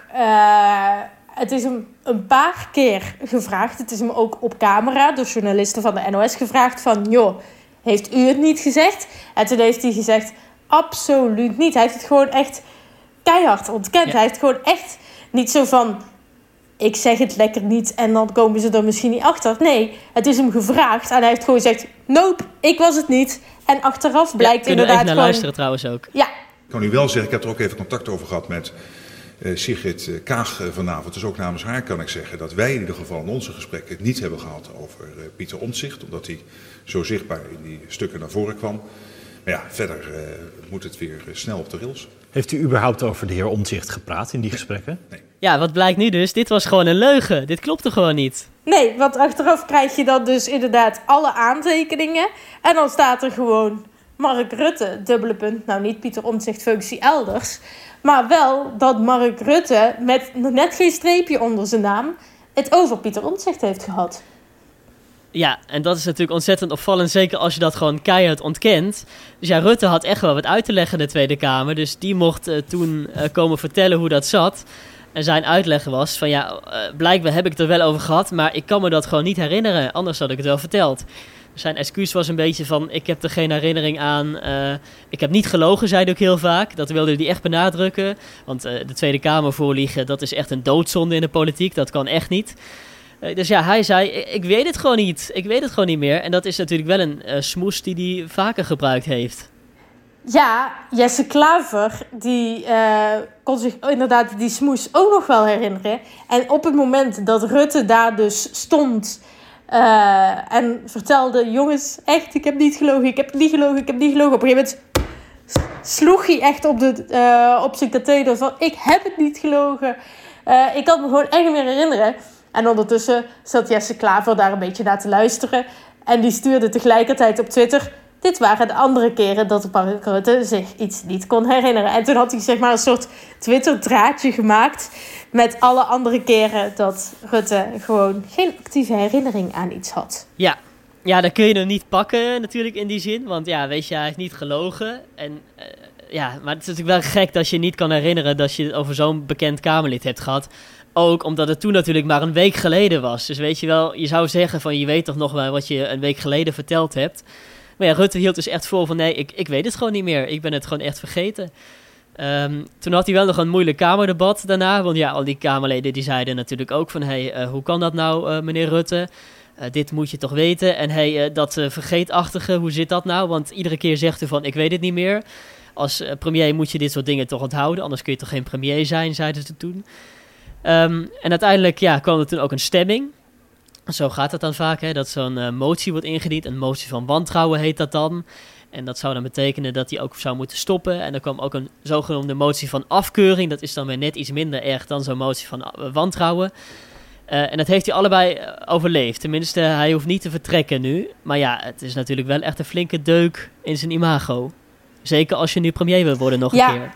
het is hem een paar keer gevraagd. Het is hem ook op camera door journalisten van de NOS gevraagd van... joh, heeft u het niet gezegd? En toen heeft hij gezegd, absoluut niet. Hij heeft het gewoon echt keihard ontkend. Ja. Hij heeft gewoon echt niet zo van... ik zeg het lekker niet en dan komen ze er misschien niet achter. Nee, het is hem gevraagd en hij heeft gewoon gezegd... nope, ik was het niet. En achteraf blijkt inderdaad even naar gewoon... luisteren trouwens ook. Ja. Ik kan u wel zeggen, ik heb er ook even contact over gehad met Sigrid Kaag vanavond. Dus ook namens haar kan ik zeggen dat wij in ieder geval in onze gesprekken het niet hebben gehad over Pieter Omtzigt. Omdat hij zo zichtbaar in die stukken naar voren kwam. Maar ja, verder moet het weer snel op de rails. Heeft u überhaupt over de heer Omtzigt gepraat in die gesprekken? Nee. Ja, wat blijkt nu dus? Dit was gewoon een leugen. Dit klopte gewoon niet. Nee, want achteraf krijg je dan dus inderdaad alle aantekeningen. En dan staat er gewoon Mark Rutte, dubbele punt. Nou, niet Pieter Omtzigt, functie elders. Maar wel dat Mark Rutte met net geen streepje onder zijn naam... het over Pieter Omtzigt heeft gehad. Ja, en dat is natuurlijk ontzettend opvallend. Zeker als je dat gewoon keihard ontkent. Dus ja, Rutte had echt wel wat uit te leggen in de Tweede Kamer. Dus die mocht toen komen vertellen hoe dat zat. En zijn uitleg was van ja, blijkbaar heb ik het er wel over gehad... maar ik kan me dat gewoon niet herinneren. Anders had ik het wel verteld. Zijn excuus was een beetje van, ik heb er geen herinnering aan. Ik heb niet gelogen, zei hij ook heel vaak. Dat wilde hij echt benadrukken. Want de Tweede Kamer voorliegen, dat is echt een doodzonde in de politiek. Dat kan echt niet. Dus ja, hij zei, ik weet het gewoon niet. Ik weet het gewoon niet meer. En dat is natuurlijk wel een smoes die hij vaker gebruikt heeft. Ja, Jesse Klaver, die kon zich inderdaad die smoes ook nog wel herinneren. En op het moment dat Rutte daar dus stond... en vertelde, jongens, echt, ik heb niet gelogen, ik heb niet gelogen. Op een gegeven moment sloeg hij echt op zijn katheder van, ik heb het niet gelogen. Ik kan me gewoon echt niet meer herinneren. En ondertussen zat Jesse Klaver daar een beetje naar te luisteren. En die stuurde tegelijkertijd op Twitter... dit waren de andere keren dat Mark Rutte zich iets niet kon herinneren. En toen had hij zeg maar een soort Twitter-draadje gemaakt... met alle andere keren dat Rutte gewoon geen actieve herinnering aan iets had. Ja, dat kun je hem niet pakken natuurlijk in die zin. Want ja, weet je, hij heeft niet gelogen. En maar het is natuurlijk wel gek dat je niet kan herinneren... dat je het over zo'n bekend Kamerlid hebt gehad... Ook omdat het toen natuurlijk maar een week geleden was. Dus weet je wel, je zou zeggen van je weet toch nog wel wat je een week geleden verteld hebt. Maar ja, Rutte hield dus echt vol van nee, ik weet het gewoon niet meer. Ik ben het gewoon echt vergeten. Toen had hij wel nog een moeilijk Kamerdebat daarna. Want ja, al die Kamerleden die zeiden natuurlijk ook van hoe kan dat nou meneer Rutte? Dit moet je toch weten. En dat vergeetachtige, hoe zit dat nou? Want iedere keer zegt u van ik weet het niet meer. Als premier moet je dit soort dingen toch onthouden. Anders kun je toch geen premier zijn, zeiden ze toen. En uiteindelijk kwam er toen ook een stemming. Zo gaat het dan vaak, hè, dat zo'n motie wordt ingediend. Een motie van wantrouwen heet dat dan. En dat zou dan betekenen dat hij ook zou moeten stoppen. En er kwam ook een zogenoemde motie van afkeuring. Dat is dan weer net iets minder erg dan zo'n motie van wantrouwen. En dat heeft hij allebei overleefd. Tenminste, hij hoeft niet te vertrekken nu. Maar ja, het is natuurlijk wel echt een flinke deuk in zijn imago. Zeker als je nu premier wil worden nog een keer.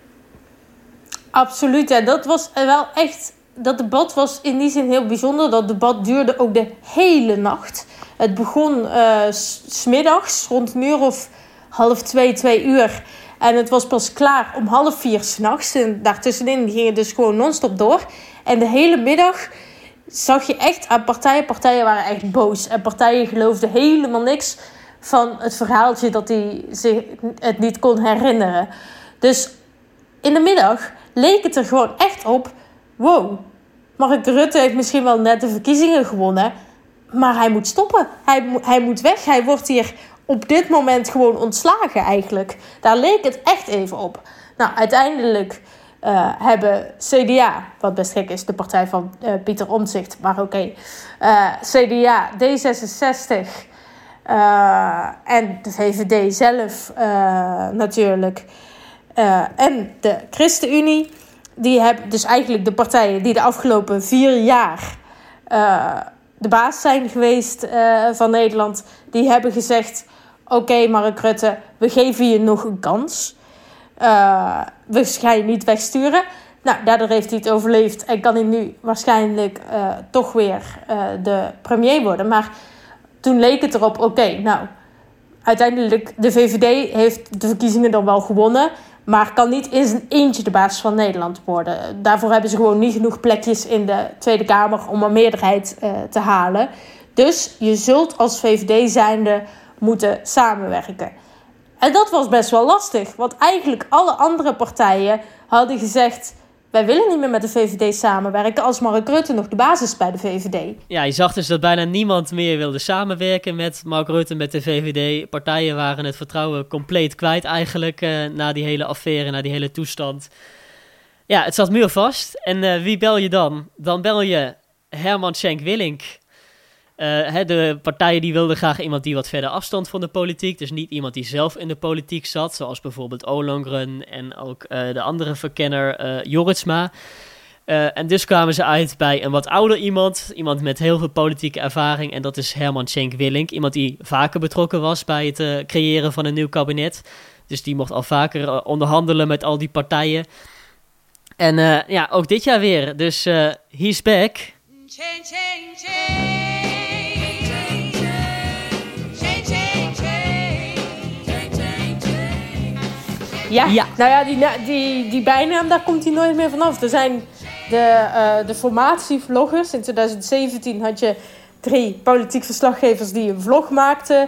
Absoluut, en dat was wel echt... Dat debat was in die zin heel bijzonder. Dat debat duurde ook de hele nacht. Het begon 's middags rond een uur of 1:30, 2 uur. En het was pas klaar om 3:30 's nachts. En daartussenin ging het dus gewoon non-stop door. En de hele middag zag je echt aan partijen... Partijen waren echt boos. En partijen geloofden helemaal niks van het verhaaltje... dat hij zich het niet kon herinneren. Dus in de middag leek het er gewoon echt op... Wow, Mark Rutte heeft misschien wel net de verkiezingen gewonnen... maar hij moet stoppen. Hij moet weg. Hij wordt hier op dit moment gewoon ontslagen eigenlijk. Daar leek het echt even op. Nou, uiteindelijk hebben CDA... wat best gek is, de partij van Pieter Omtzigt... maar oké. CDA, D66 en de VVD zelf natuurlijk... en de ChristenUnie... Die hebben dus eigenlijk de partijen die de afgelopen 4 jaar de baas zijn geweest van Nederland. Die hebben gezegd, oké, Mark Rutte, we geven je nog een kans. We gaan je niet wegsturen. Nou, daardoor heeft hij het overleefd en kan hij nu waarschijnlijk toch weer de premier worden. Maar toen leek het erop, uiteindelijk de VVD heeft de verkiezingen dan wel gewonnen, maar kan niet in zijn eentje de baas van Nederland worden. Daarvoor hebben ze gewoon niet genoeg plekjes in de Tweede Kamer om een meerderheid te halen. Dus je zult als VVD zijnde moeten samenwerken. En dat was best wel lastig, want eigenlijk alle andere partijen hadden gezegd, wij willen niet meer met de VVD samenwerken als Mark Rutte nog de baas is bij de VVD. Ja, je zag dus dat bijna niemand meer wilde samenwerken met Mark Rutte, met de VVD. Partijen waren het vertrouwen compleet kwijt eigenlijk na die hele affaire, na die hele toestand. Ja, het zat muurvast. En wie bel je dan? Dan bel je Herman Schenk Willink. De partijen die wilden graag iemand die wat verder afstond van de politiek. Dus niet iemand die zelf in de politiek zat, zoals bijvoorbeeld Ollongren en ook de andere verkenner Jorritsma. En dus kwamen ze uit bij een wat ouder iemand met heel veel politieke ervaring. En dat is Herman Schenk Willink, iemand die vaker betrokken was bij het creëren van een nieuw kabinet. Dus die mocht al vaker onderhandelen met al die partijen. En ook dit jaar weer. Dus he's back. Ja. Nou ja, die bijnaam, daar komt hij nooit meer vanaf. Er zijn de formatievloggers. In 2017 had je 3 politiek verslaggevers die een vlog maakten.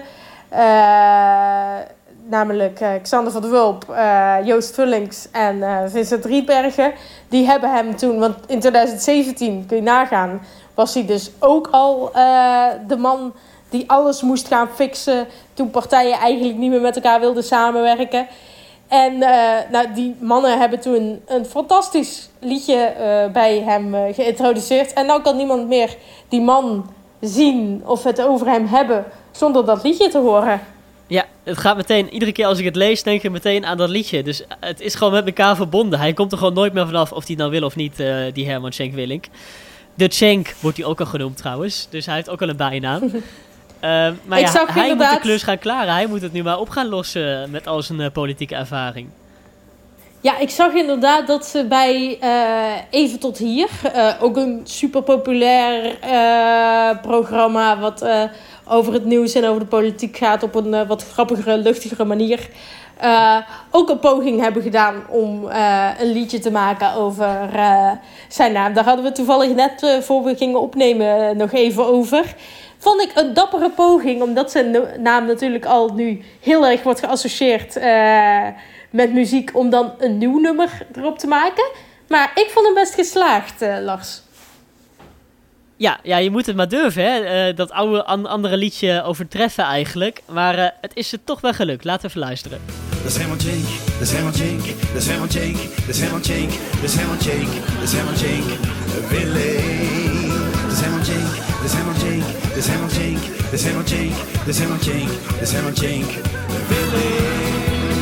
Namelijk Xander van der Wulp, Joost Vullings en Vincent Rietbergen. Die hebben hem toen, want in 2017, kun je nagaan, was hij dus ook al de man die alles moest gaan fixen toen partijen eigenlijk niet meer met elkaar wilden samenwerken. En die mannen hebben toen een fantastisch liedje bij hem geïntroduceerd. En nou kan niemand meer die man zien of het over hem hebben zonder dat liedje te horen. Ja, het gaat meteen, iedere keer als ik het lees, denk ik meteen aan dat liedje. Dus het is gewoon met elkaar verbonden. Hij komt er gewoon nooit meer vanaf of hij het nou wil of niet, die Herman Schenk Willink. De Schenk wordt hij ook al genoemd trouwens, dus hij heeft ook al een bijnaam. Maar hij moet de klus gaan klaren. Hij moet het nu maar op gaan lossen met al zijn politieke ervaring. Ja, ik zag inderdaad dat ze bij Even tot hier, ook een super populair programma wat over het nieuws en over de politiek gaat op een wat grappigere, luchtigere manier, ook een poging hebben gedaan om een liedje te maken over zijn naam. Daar hadden we toevallig net voor we gingen opnemen nog even over. Vond ik een dappere poging, omdat zijn naam natuurlijk al nu heel erg wordt geassocieerd met muziek, om dan een nieuw nummer erop te maken. Maar ik vond hem best geslaagd, Lars. Ja, je moet het maar durven, hè? Dat oude andere liedje overtreffen eigenlijk. Maar het is er toch wel gelukt. Laten we even luisteren. Dat is Herman Schenk, dat is Herman Schenk, dat is Herman Schenk, dat is Herman Schenk, dat is Herman Schenk, dat is Herman Schenk, Willink. Dat is Herman Schenk, dat is Herman Schenk, dat is Herman Schenk, dat is Herman Schenk, dat is Herman Schenk, dat is Herman Schenk, Willink.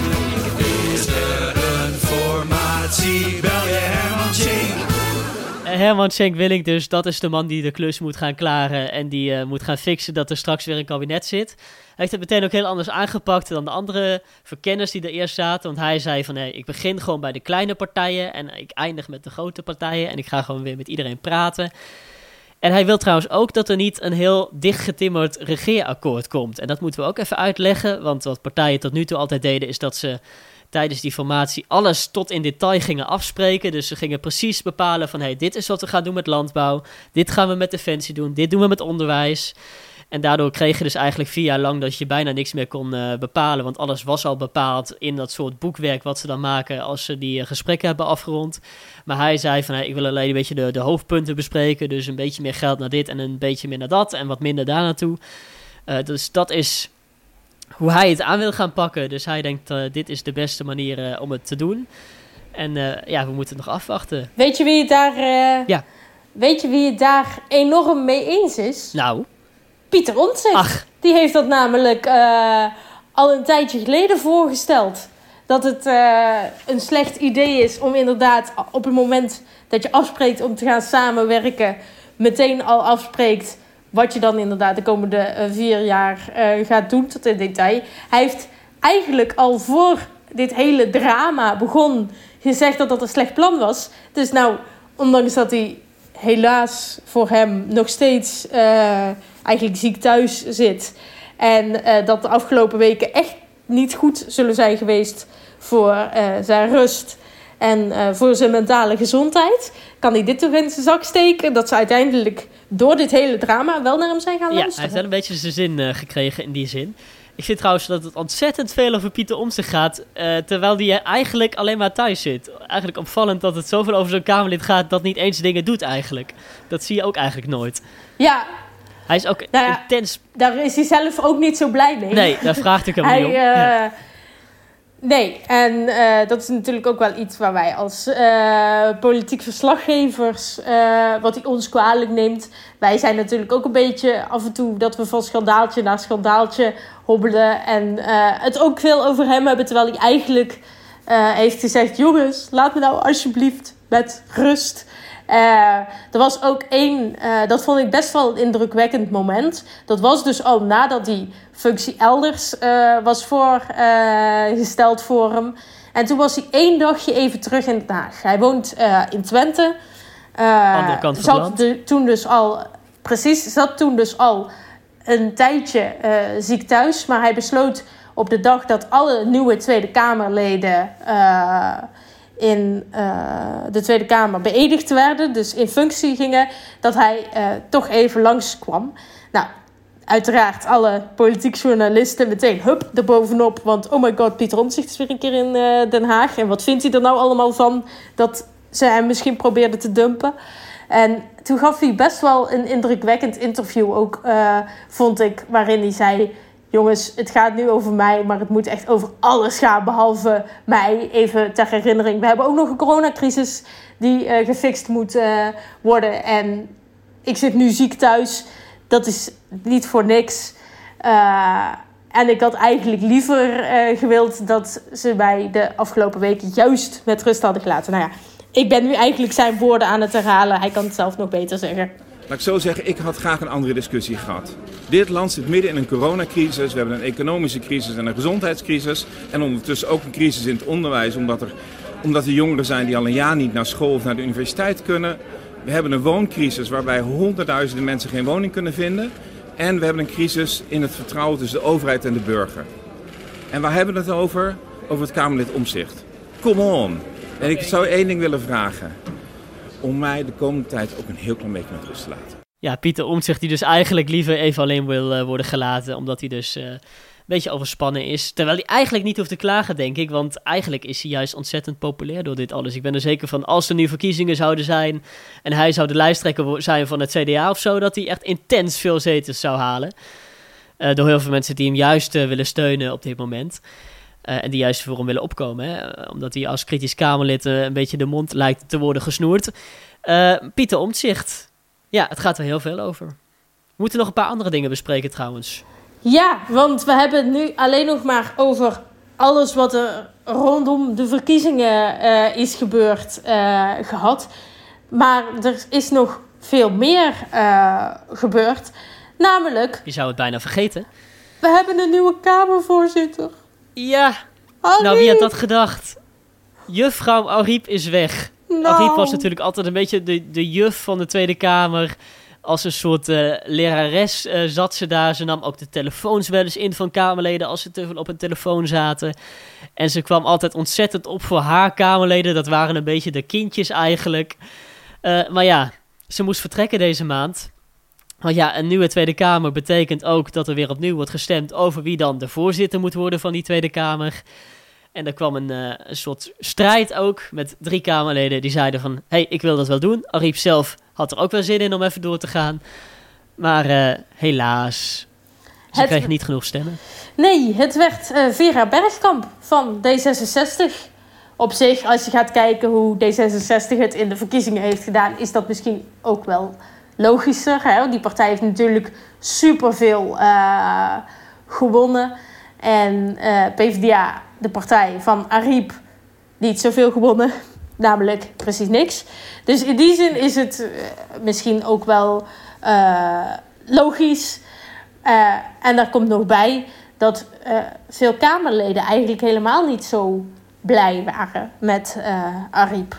Is er een formatie, bel je Herman Schenk. Herman Schenk Willink dus, dat is de man die de klus moet gaan klaren en die moet gaan fixen dat er straks weer een kabinet zit. Hij heeft het meteen ook heel anders aangepakt dan de andere verkenners die er eerst zaten. Want hij zei van, ik begin gewoon bij de kleine partijen en ik eindig met de grote partijen en ik ga gewoon weer met iedereen praten. En hij wil trouwens ook dat er niet een heel dichtgetimmerd regeerakkoord komt. En dat moeten we ook even uitleggen, want wat partijen tot nu toe altijd deden is dat ze tijdens die formatie alles tot in detail gingen afspreken. Dus ze gingen precies bepalen van, dit is wat we gaan doen met landbouw. Dit gaan we met defensie doen. Dit doen we met onderwijs. En daardoor kreeg je dus eigenlijk 4 jaar lang dat je bijna niks meer kon bepalen. Want alles was al bepaald in dat soort boekwerk wat ze dan maken als ze die gesprekken hebben afgerond. Maar hij zei van, ik wil alleen een beetje de hoofdpunten bespreken. Dus een beetje meer geld naar dit en een beetje meer naar dat. En wat minder daar naartoe. Dus dat is hoe hij het aan wil gaan pakken. Dus hij denkt, dit is de beste manier om het te doen. En we moeten het nog afwachten. Weet je wie het daar, weet je wie het daar enorm mee eens is? Nou? Pieter Omtzigt. Ach. Die heeft dat namelijk al een tijdje geleden voorgesteld. Dat het een slecht idee is om inderdaad op het moment dat je afspreekt om te gaan samenwerken, meteen al afspreekt wat je dan inderdaad de komende 4 jaar gaat doen tot in detail. Hij heeft eigenlijk al voor dit hele drama begon gezegd dat dat een slecht plan was. Dus nou, ondanks dat hij helaas voor hem nog steeds eigenlijk ziek thuis zit. En dat de afgelopen weken echt niet goed zullen zijn geweest voor zijn rust en voor zijn mentale gezondheid. Kan hij dit toch in zijn zak steken? Dat ze uiteindelijk door dit hele drama wel naar hem zijn gaan luisteren. Ja, hij heeft wel een beetje zijn zin gekregen in die zin. Ik vind trouwens dat het ontzettend veel over Pieter Omtzigt gaat, terwijl hij eigenlijk alleen maar thuis zit. Eigenlijk opvallend dat het zoveel over zo'n Kamerlid gaat dat niet eens dingen doet eigenlijk. Dat zie je ook eigenlijk nooit. Ja. Hij is ook intens... Daar is hij zelf ook niet zo blij mee. Nee, daar vraagt ik hem niet om. Nee, en dat is natuurlijk ook wel iets waar wij als politiek verslaggevers, wat hij ons kwalijk neemt. Wij zijn natuurlijk ook een beetje af en toe dat we van schandaaltje naar schandaaltje hobbelen. En het ook veel over hem hebben, terwijl hij eigenlijk heeft gezegd: jongens, laat me nou alsjeblieft met rust. Er was ook één, dat vond ik best wel een indrukwekkend moment. Dat was dus al nadat die functie elders was voorgesteld voor hem. En toen was hij 1 dagje even terug in Den Haag. Hij woont in Twente. Andere kant van het land. Zat toen dus al een tijdje ziek thuis. Maar hij besloot op de dag dat alle nieuwe Tweede Kamerleden in de Tweede Kamer beëdigd werden, dus in functie gingen, dat hij toch even langskwam. Nou, uiteraard alle politiek journalisten meteen erbovenop, want oh my god, Pieter Omtzigt is weer een keer in Den Haag. En wat vindt hij er nou allemaal van dat ze hem misschien probeerden te dumpen? En toen gaf hij best wel een indrukwekkend interview ook, vond ik, waarin hij zei: jongens, het gaat nu over mij, maar het moet echt over alles gaan, behalve mij. Even ter herinnering, we hebben ook nog een coronacrisis die gefixt moet worden. En ik zit nu ziek thuis. Dat is niet voor niks. En ik had eigenlijk liever gewild dat ze mij de afgelopen weken juist met rust hadden gelaten. Nou ja, ik ben nu eigenlijk zijn woorden aan het herhalen. Hij kan het zelf nog beter zeggen. Laat ik zo zeggen, ik had graag een andere discussie gehad. Dit land zit midden in een coronacrisis. We hebben een economische crisis en een gezondheidscrisis. En ondertussen ook een crisis in het onderwijs, omdat er jongeren zijn die al een jaar niet naar school of naar de universiteit kunnen. We hebben een wooncrisis waarbij honderdduizenden mensen geen woning kunnen vinden. En we hebben een crisis in het vertrouwen tussen de overheid en de burger. En waar hebben we het over? Over het Kamerlid Omtzigt. Come on! En ik zou 1 ding willen vragen. Om mij de komende tijd ook een heel klein beetje met rust te laten. Ja, Pieter Omtzigt die dus eigenlijk liever even alleen wil worden gelaten, omdat hij dus een beetje overspannen is. Terwijl hij eigenlijk niet hoeft te klagen, denk ik, want eigenlijk is hij juist ontzettend populair door dit alles. Ik ben er zeker van, als er nu verkiezingen zouden zijn en hij zou de lijsttrekker zijn van het CDA of zo, dat hij echt intens veel zetels zou halen. Door heel veel mensen die hem juist willen steunen op dit moment. En die juist voor hem willen opkomen. Hè? Omdat hij als kritisch Kamerlid een beetje de mond lijkt te worden gesnoerd. Pieter Omtzigt. Ja, het gaat er heel veel over. We moeten nog een paar andere dingen bespreken trouwens. Ja, want we hebben het nu alleen nog maar over alles wat er rondom de verkiezingen is gebeurd gehad. Maar er is nog veel meer gebeurd. Namelijk... Je zou het bijna vergeten. We hebben een nieuwe Kamervoorzitter. Ja, nou wie had dat gedacht? Juffrouw Ariep is weg. Nou. Ariep was natuurlijk altijd een beetje de juf van de Tweede Kamer. Als een soort lerares zat ze daar. Ze nam ook de telefoons wel eens in van Kamerleden als ze te veel op een telefoon zaten. En ze kwam altijd ontzettend op voor haar Kamerleden. Dat waren een beetje de kindjes eigenlijk. Maar ja, ze moest vertrekken deze maand. Want ja, een nieuwe Tweede Kamer betekent ook dat er weer opnieuw wordt gestemd over wie dan de voorzitter moet worden van die Tweede Kamer. En er kwam een soort strijd ook met 3 Kamerleden die zeiden van, hey, ik wil dat wel doen. Ariep zelf had er ook wel zin in om even door te gaan. Maar helaas, ze kreeg niet genoeg stemmen. Nee, het werd Vera Bergkamp van D66. Op zich, als je gaat kijken hoe D66 het in de verkiezingen heeft gedaan, is dat misschien ook wel logischer. Hè? Die partij heeft natuurlijk superveel gewonnen. En PvdA, de partij van Ariep, niet zoveel gewonnen. Namelijk precies niks. Dus in die zin is het misschien ook wel logisch. En daar komt nog bij dat veel Kamerleden eigenlijk helemaal niet zo blij waren met Ariep.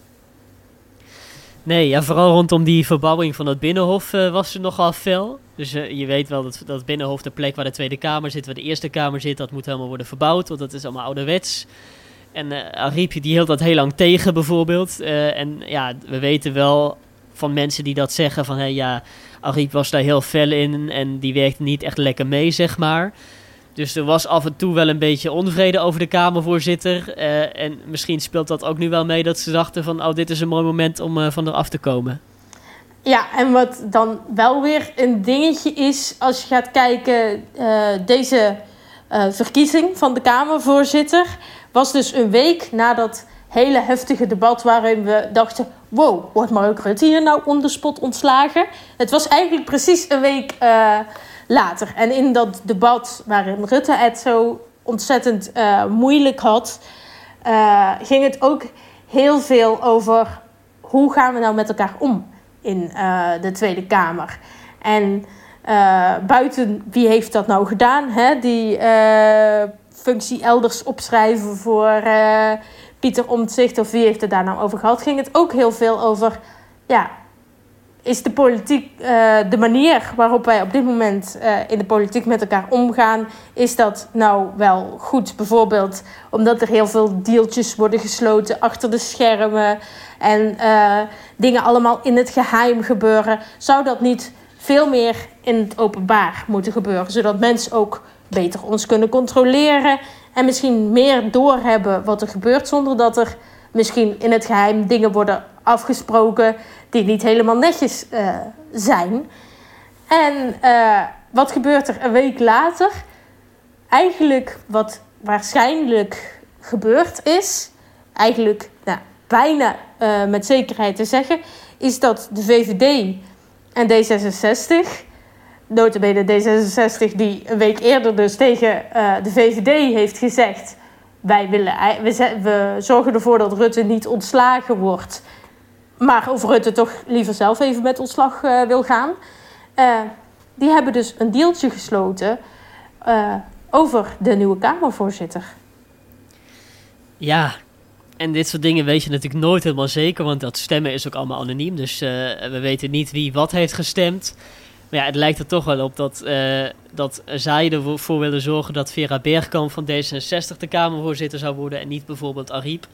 Nee, ja, vooral rondom die verbouwing van het Binnenhof was er nogal fel. Dus je weet wel dat Binnenhof, de plek waar de Tweede Kamer zit, waar de Eerste Kamer zit, dat moet helemaal worden verbouwd, want dat is allemaal ouderwets. En Ariep, die hield dat heel lang tegen bijvoorbeeld. En ja, we weten wel van mensen die dat zeggen van, Ariep was daar heel fel in en die werkte niet echt lekker mee, zeg maar. Dus er was af en toe wel een beetje onvrede over de Kamervoorzitter. En misschien speelt dat ook nu wel mee dat ze dachten van, dit is een mooi moment om van eraf te komen. Ja, en wat dan wel weer een dingetje is, als je gaat kijken, deze verkiezing van de Kamervoorzitter was dus een week na dat hele heftige debat waarin we dachten, wow, wordt Mark Rutte hier nou on the spot ontslagen? Het was eigenlijk precies een week later. En in dat debat waarin Rutte het zo ontzettend moeilijk had, ging het ook heel veel over hoe gaan we nou met elkaar om in de Tweede Kamer. En buiten wie heeft dat nou gedaan, hè? Die functie elders opschrijven voor Pieter Omtzigt, of wie heeft het daar nou over gehad, ging het ook heel veel over, is de politiek, de manier waarop wij op dit moment in de politiek met elkaar omgaan, is dat nou wel goed? Bijvoorbeeld omdat er heel veel deeltjes worden gesloten achter de schermen en dingen allemaal in het geheim gebeuren. Zou dat niet veel meer in het openbaar moeten gebeuren, zodat mensen ook beter ons kunnen controleren en misschien meer doorhebben wat er gebeurt, zonder dat er misschien in het geheim dingen worden afgesproken die niet helemaal netjes zijn. En wat gebeurt er een week later? Eigenlijk wat waarschijnlijk gebeurd is, eigenlijk bijna met zekerheid te zeggen, is dat de VVD en D66, nota bene D66 die een week eerder dus tegen de VVD heeft gezegd, we zorgen ervoor dat Rutte niet ontslagen wordt, maar of Rutte toch liever zelf even met ontslag wil gaan. Die hebben dus een deeltje gesloten over de nieuwe Kamervoorzitter. Ja, en dit soort dingen weet je natuurlijk nooit helemaal zeker, want dat stemmen is ook allemaal anoniem. Dus we weten niet wie wat heeft gestemd. Maar ja, het lijkt er toch wel op dat zij ervoor willen zorgen dat Vera Bergkamp van D66 de Kamervoorzitter zou worden en niet bijvoorbeeld Ariep.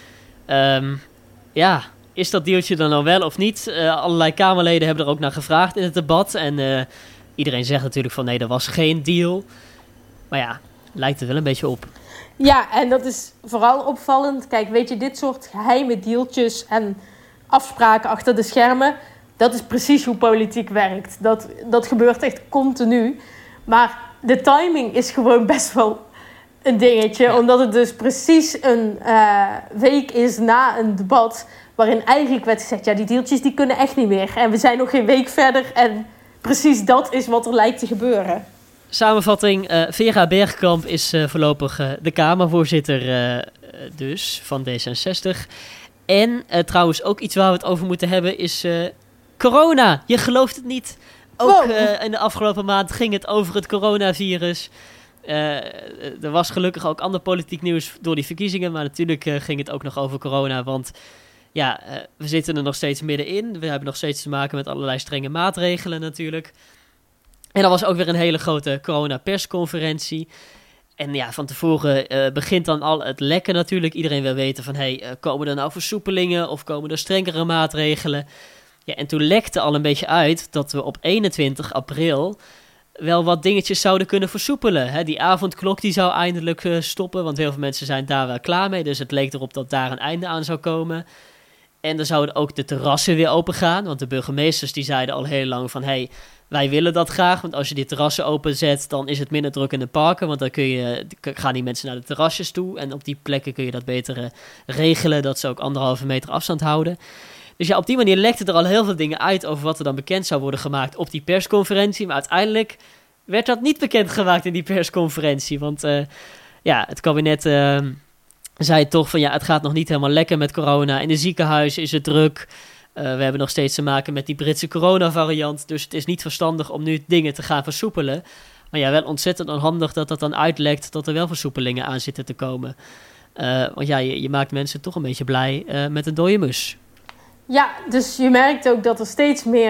Is dat deeltje dan nou wel of niet? Allerlei Kamerleden hebben er ook naar gevraagd in het debat. En iedereen zegt natuurlijk van nee, er was geen deal. Maar ja, lijkt er wel een beetje op. Ja, en dat is vooral opvallend. Kijk, weet je, dit soort geheime deeltjes en afspraken achter de schermen, dat is precies hoe politiek werkt. Dat gebeurt echt continu. Maar de timing is gewoon best wel een dingetje. Ja. Omdat het dus precies een week is na een debat waarin eigenlijk werd gezegd, ja, die deeltjes die kunnen echt niet meer. En we zijn nog geen week verder en precies dat is wat er lijkt te gebeuren. Samenvatting, Vera Bergkamp is voorlopig de Kamervoorzitter dus van D66. En trouwens ook iets waar we het over moeten hebben is corona. Je gelooft het niet. Ook in de afgelopen maand ging het over het coronavirus. Er was gelukkig ook ander politiek nieuws door die verkiezingen, maar natuurlijk ging het ook nog over corona, want ja, we zitten er nog steeds middenin. We hebben nog steeds te maken met allerlei strenge maatregelen natuurlijk. En er was ook weer een hele grote corona-persconferentie. En ja, van tevoren begint dan al het lekken natuurlijk. Iedereen wil weten van, komen er nou versoepelingen of komen er strengere maatregelen? Ja, en toen lekte al een beetje uit dat we op 21 april wel wat dingetjes zouden kunnen versoepelen. Hè? Die avondklok die zou eindelijk stoppen, want heel veel mensen zijn daar wel klaar mee. Dus het leek erop dat daar een einde aan zou komen. En dan zouden ook de terrassen weer open gaan, want de burgemeesters die zeiden al heel lang van, wij willen dat graag, want als je die terrassen openzet, dan is het minder druk in de parken, want dan gaan die mensen naar de terrasjes toe en op die plekken kun je dat beter regelen, dat ze ook 1,5 meter afstand houden. Dus ja, op die manier lekte er al heel veel dingen uit over wat er dan bekend zou worden gemaakt op die persconferentie, maar uiteindelijk werd dat niet bekend gemaakt in die persconferentie, want het kabinet zei toch van, het gaat nog niet helemaal lekker met corona, in de ziekenhuizen is het druk. We hebben nog steeds te maken met die Britse coronavariant. Dus het is niet verstandig om nu dingen te gaan versoepelen. Maar ja, wel ontzettend onhandig dat dat dan uitlekt dat er wel versoepelingen aan zitten te komen. Want ja, je maakt mensen toch een beetje blij met een dode mus. Ja, dus je merkt ook dat er steeds meer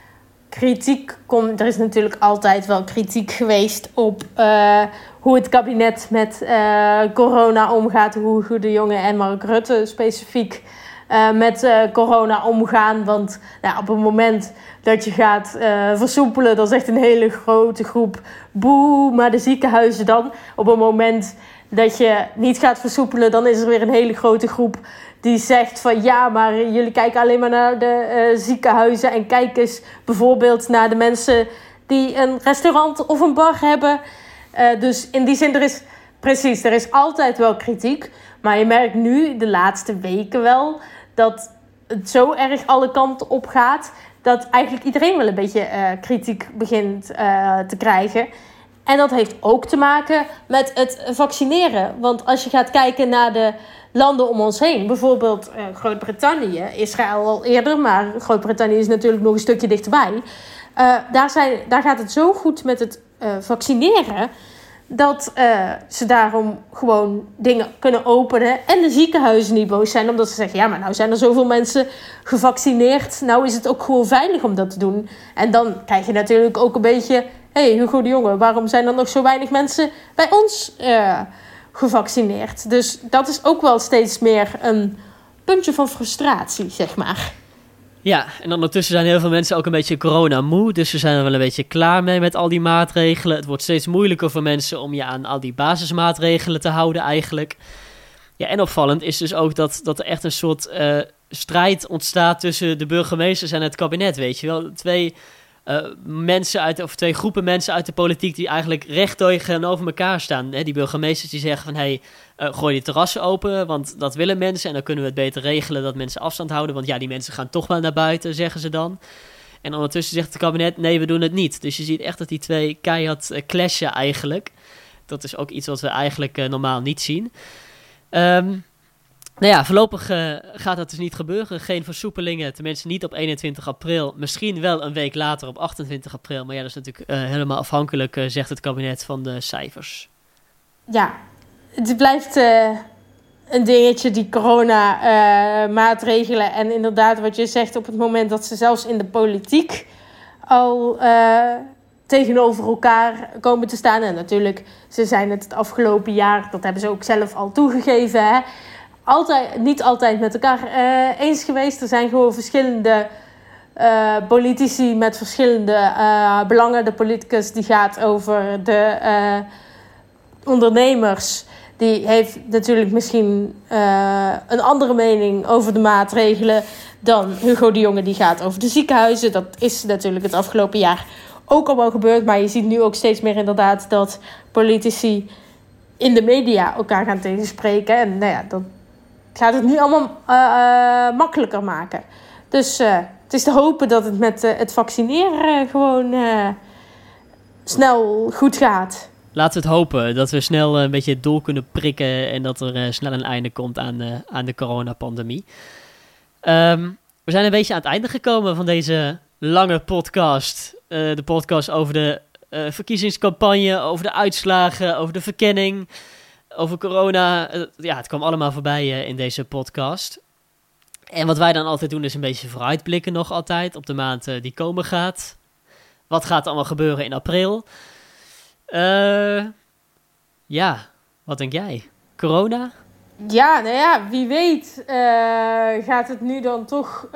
kritiek komt. Er is natuurlijk altijd wel kritiek geweest op hoe het kabinet met corona omgaat. Hoe de Jonge en Mark Rutte specifiek met corona omgaan. Want op het moment dat je gaat versoepelen, dan zegt een hele grote groep boe, maar de ziekenhuizen dan. Op het moment dat je niet gaat versoepelen, dan is er weer een hele grote groep die zegt van ja, maar jullie kijken alleen maar naar de ziekenhuizen en kijk eens bijvoorbeeld naar de mensen die een restaurant of een bar hebben. Dus in die zin, er is altijd wel kritiek. Maar je merkt nu de laatste weken wel dat het zo erg alle kanten op gaat dat eigenlijk iedereen wel een beetje kritiek begint te krijgen. En dat heeft ook te maken met het vaccineren. Want als je gaat kijken naar de landen om ons heen, bijvoorbeeld Groot-Brittannië, Israël al eerder, maar Groot-Brittannië is natuurlijk nog een stukje dichterbij. Daar gaat het zo goed met het vaccineren dat ze daarom gewoon dingen kunnen openen en de ziekenhuizen niet boos zijn, omdat ze zeggen, ja, maar nou zijn er zoveel mensen gevaccineerd, nou is het ook gewoon veilig om dat te doen. En dan krijg je natuurlijk ook een beetje, hey, Hugo de Jonge, waarom zijn er nog zo weinig mensen bij ons gevaccineerd? Dus dat is ook wel steeds meer een puntje van frustratie, zeg maar. Ja, en ondertussen zijn heel veel mensen ook een beetje corona-moe. Dus ze zijn er wel een beetje klaar mee met al die maatregelen. Het wordt steeds moeilijker voor mensen om je aan al die basismaatregelen te houden eigenlijk. Ja, en opvallend is dus ook dat er echt een soort strijd ontstaat tussen de burgemeesters en het kabinet, weet je wel. Twee groepen mensen uit de politiek die eigenlijk recht tegenover elkaar staan. Die burgemeesters die zeggen van, hey, gooi die terrassen open, want dat willen mensen en dan kunnen we het beter regelen dat mensen afstand houden, want ja, die mensen gaan toch wel naar buiten, zeggen ze dan. En ondertussen zegt het kabinet, nee, we doen het niet. Dus je ziet echt dat die twee keihard clashen eigenlijk. Dat is ook iets wat we eigenlijk normaal niet zien. Nou ja, voorlopig gaat dat dus niet gebeuren. Geen versoepelingen, tenminste niet op 21 april. Misschien wel een week later op 28 april. Maar ja, dat is natuurlijk helemaal afhankelijk, zegt het kabinet, van de cijfers. Ja, het blijft een dingetje, die corona-maatregelen. En inderdaad, wat je zegt, op het moment dat ze zelfs in de politiek al tegenover elkaar komen te staan. En natuurlijk, ze zijn het afgelopen jaar, dat hebben ze ook zelf al toegegeven, hè, niet altijd met elkaar eens geweest. Er zijn gewoon verschillende politici met verschillende belangen. De politicus die gaat over de ondernemers. Die heeft natuurlijk misschien een andere mening over de maatregelen dan Hugo de Jonge die gaat over de ziekenhuizen. Dat is natuurlijk het afgelopen jaar ook al wel gebeurd. Maar je ziet nu ook steeds meer inderdaad dat politici in de media elkaar gaan tegenspreken. En nou ja, dat gaat het niet allemaal makkelijker maken. Dus het is te hopen dat het met het vaccineren gewoon snel goed gaat. Laten we het hopen dat we snel een beetje het doel kunnen prikken en dat er snel een einde komt aan de coronapandemie. We zijn een beetje aan het einde gekomen van deze lange podcast. De podcast over de verkiezingscampagne, over de uitslagen, over de verkenning, over corona. Ja, het kwam allemaal voorbij in deze podcast. En wat wij dan altijd doen is een beetje vooruitblikken nog altijd op de maand die komen gaat. Wat gaat er allemaal gebeuren in april? Ja, wat denk jij? Corona? Ja, nou ja, wie weet gaat het nu dan toch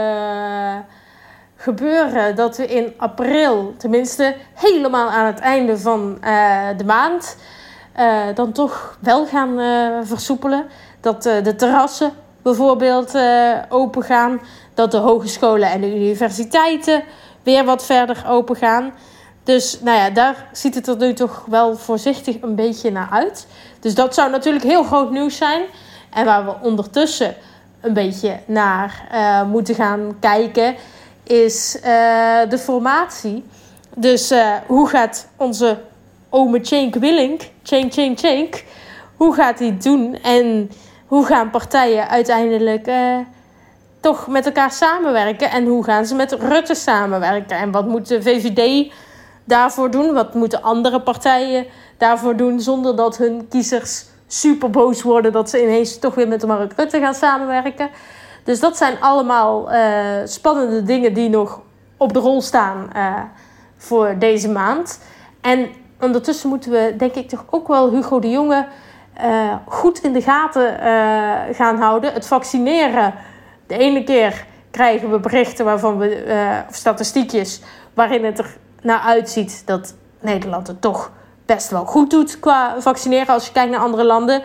gebeuren dat we in april, tenminste helemaal aan het einde van de maand, dan toch wel gaan versoepelen. Dat de terrassen bijvoorbeeld open gaan. Dat de hogescholen en de universiteiten weer wat verder open gaan. Dus nou ja, daar ziet het er nu toch wel voorzichtig een beetje naar uit. Dus dat zou natuurlijk heel groot nieuws zijn. En waar we ondertussen een beetje naar moeten gaan kijken is de formatie. Dus hoe gaat onze ome Cenk Willink, Cenk, hoe gaat hij het doen? En hoe gaan partijen uiteindelijk toch met elkaar samenwerken? En hoe gaan ze met Rutte samenwerken? En wat moet de VVD daarvoor doen? Wat moeten andere partijen daarvoor doen? Zonder dat hun kiezers super boos worden dat ze ineens toch weer met Mark Rutte gaan samenwerken. Dus dat zijn allemaal spannende dingen die nog op de rol staan voor deze maand. En ondertussen moeten we, denk ik, toch ook wel Hugo de Jonge goed in de gaten gaan houden. Het vaccineren. De ene keer krijgen we berichten waarvan of statistiekjes waarin het er naar uitziet dat Nederland het toch best wel goed doet qua vaccineren als je kijkt naar andere landen.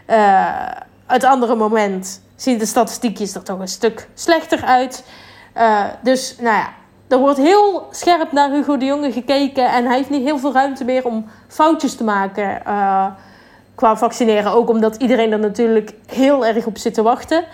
Het andere moment zien de statistiekjes er toch een stuk slechter uit. Dus nou ja, er wordt heel scherp naar Hugo de Jonge gekeken en hij heeft niet heel veel ruimte meer om foutjes te maken qua vaccineren. Ook omdat iedereen er natuurlijk heel erg op zit te wachten.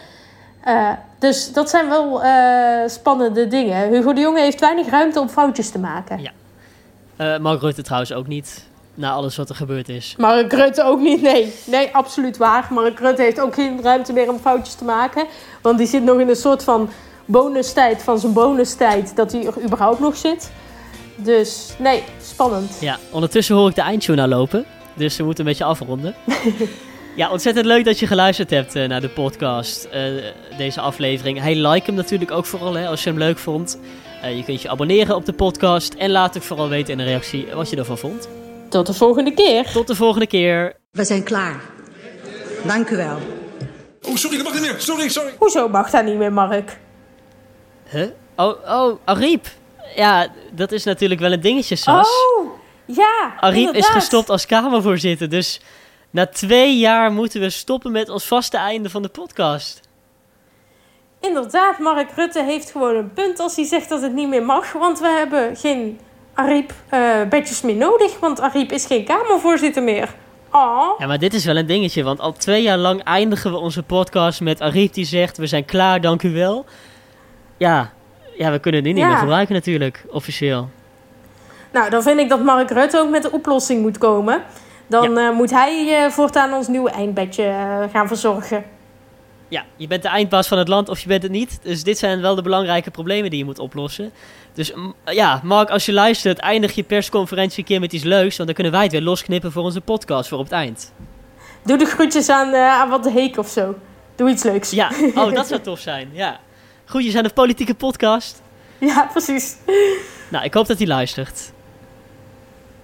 Dus dat zijn wel spannende dingen. Hugo de Jonge heeft weinig ruimte om foutjes te maken. Ja. Mark Rutte trouwens ook niet, na alles wat er gebeurd is. Mark Rutte ook niet, nee. Nee, absoluut waar. Mark Rutte heeft ook geen ruimte meer om foutjes te maken. Want die zit nog in een soort van bonustijd van zijn bonustijd dat hij er überhaupt nog zit. Dus nee, spannend. Ja, ondertussen hoor ik de eindtune lopen. Dus we moeten een beetje afronden. Ja, ontzettend leuk dat je geluisterd hebt naar de podcast, deze aflevering. Hey, like hem natuurlijk ook vooral als je hem leuk vond. Je kunt je abonneren op de podcast en laat ook vooral weten in een reactie wat je ervan vond. Tot de volgende keer. Tot de volgende keer. We zijn klaar. Dank u wel. Oh, sorry, dat mag niet meer. Sorry. Hoezo mag dat niet meer, Mark? Huh? Oh, Ariep. Ja, dat is natuurlijk wel een dingetje, Sas. Oh, ja, Ariep inderdaad. is gestopt als Kamervoorzitter, dus na 2 jaar moeten we stoppen met ons vaste einde van de podcast. Inderdaad, Mark Rutte heeft gewoon een punt als hij zegt dat het niet meer mag. Want we hebben geen Ariep badges meer nodig, want Ariep is geen Kamervoorzitter meer. Oh. Ja, maar dit is wel een dingetje, want al 2 jaar lang eindigen we onze podcast met Ariep die zegt, we zijn klaar, dank u wel. Ja, we kunnen die niet meer gebruiken natuurlijk, officieel. Nou, dan vind ik dat Mark Rutte ook met de oplossing moet komen. Dan moet hij voortaan ons nieuwe eindbadge gaan verzorgen. Ja, je bent de eindbaas van het land of je bent het niet. Dus dit zijn wel de belangrijke problemen die je moet oplossen. Dus ja, Mark, als je luistert, eindig je persconferentie een keer met iets leuks. Want dan kunnen wij het weer losknippen voor onze podcast voor op het eind. Doe de groetjes aan Wat de Heek of zo. Doe iets leuks. Ja, dat zou tof zijn. Ja. Groetjes aan de politieke podcast. Ja, precies. Nou, ik hoop dat hij luistert.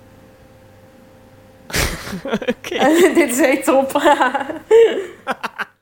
Okay. Dit is echt top.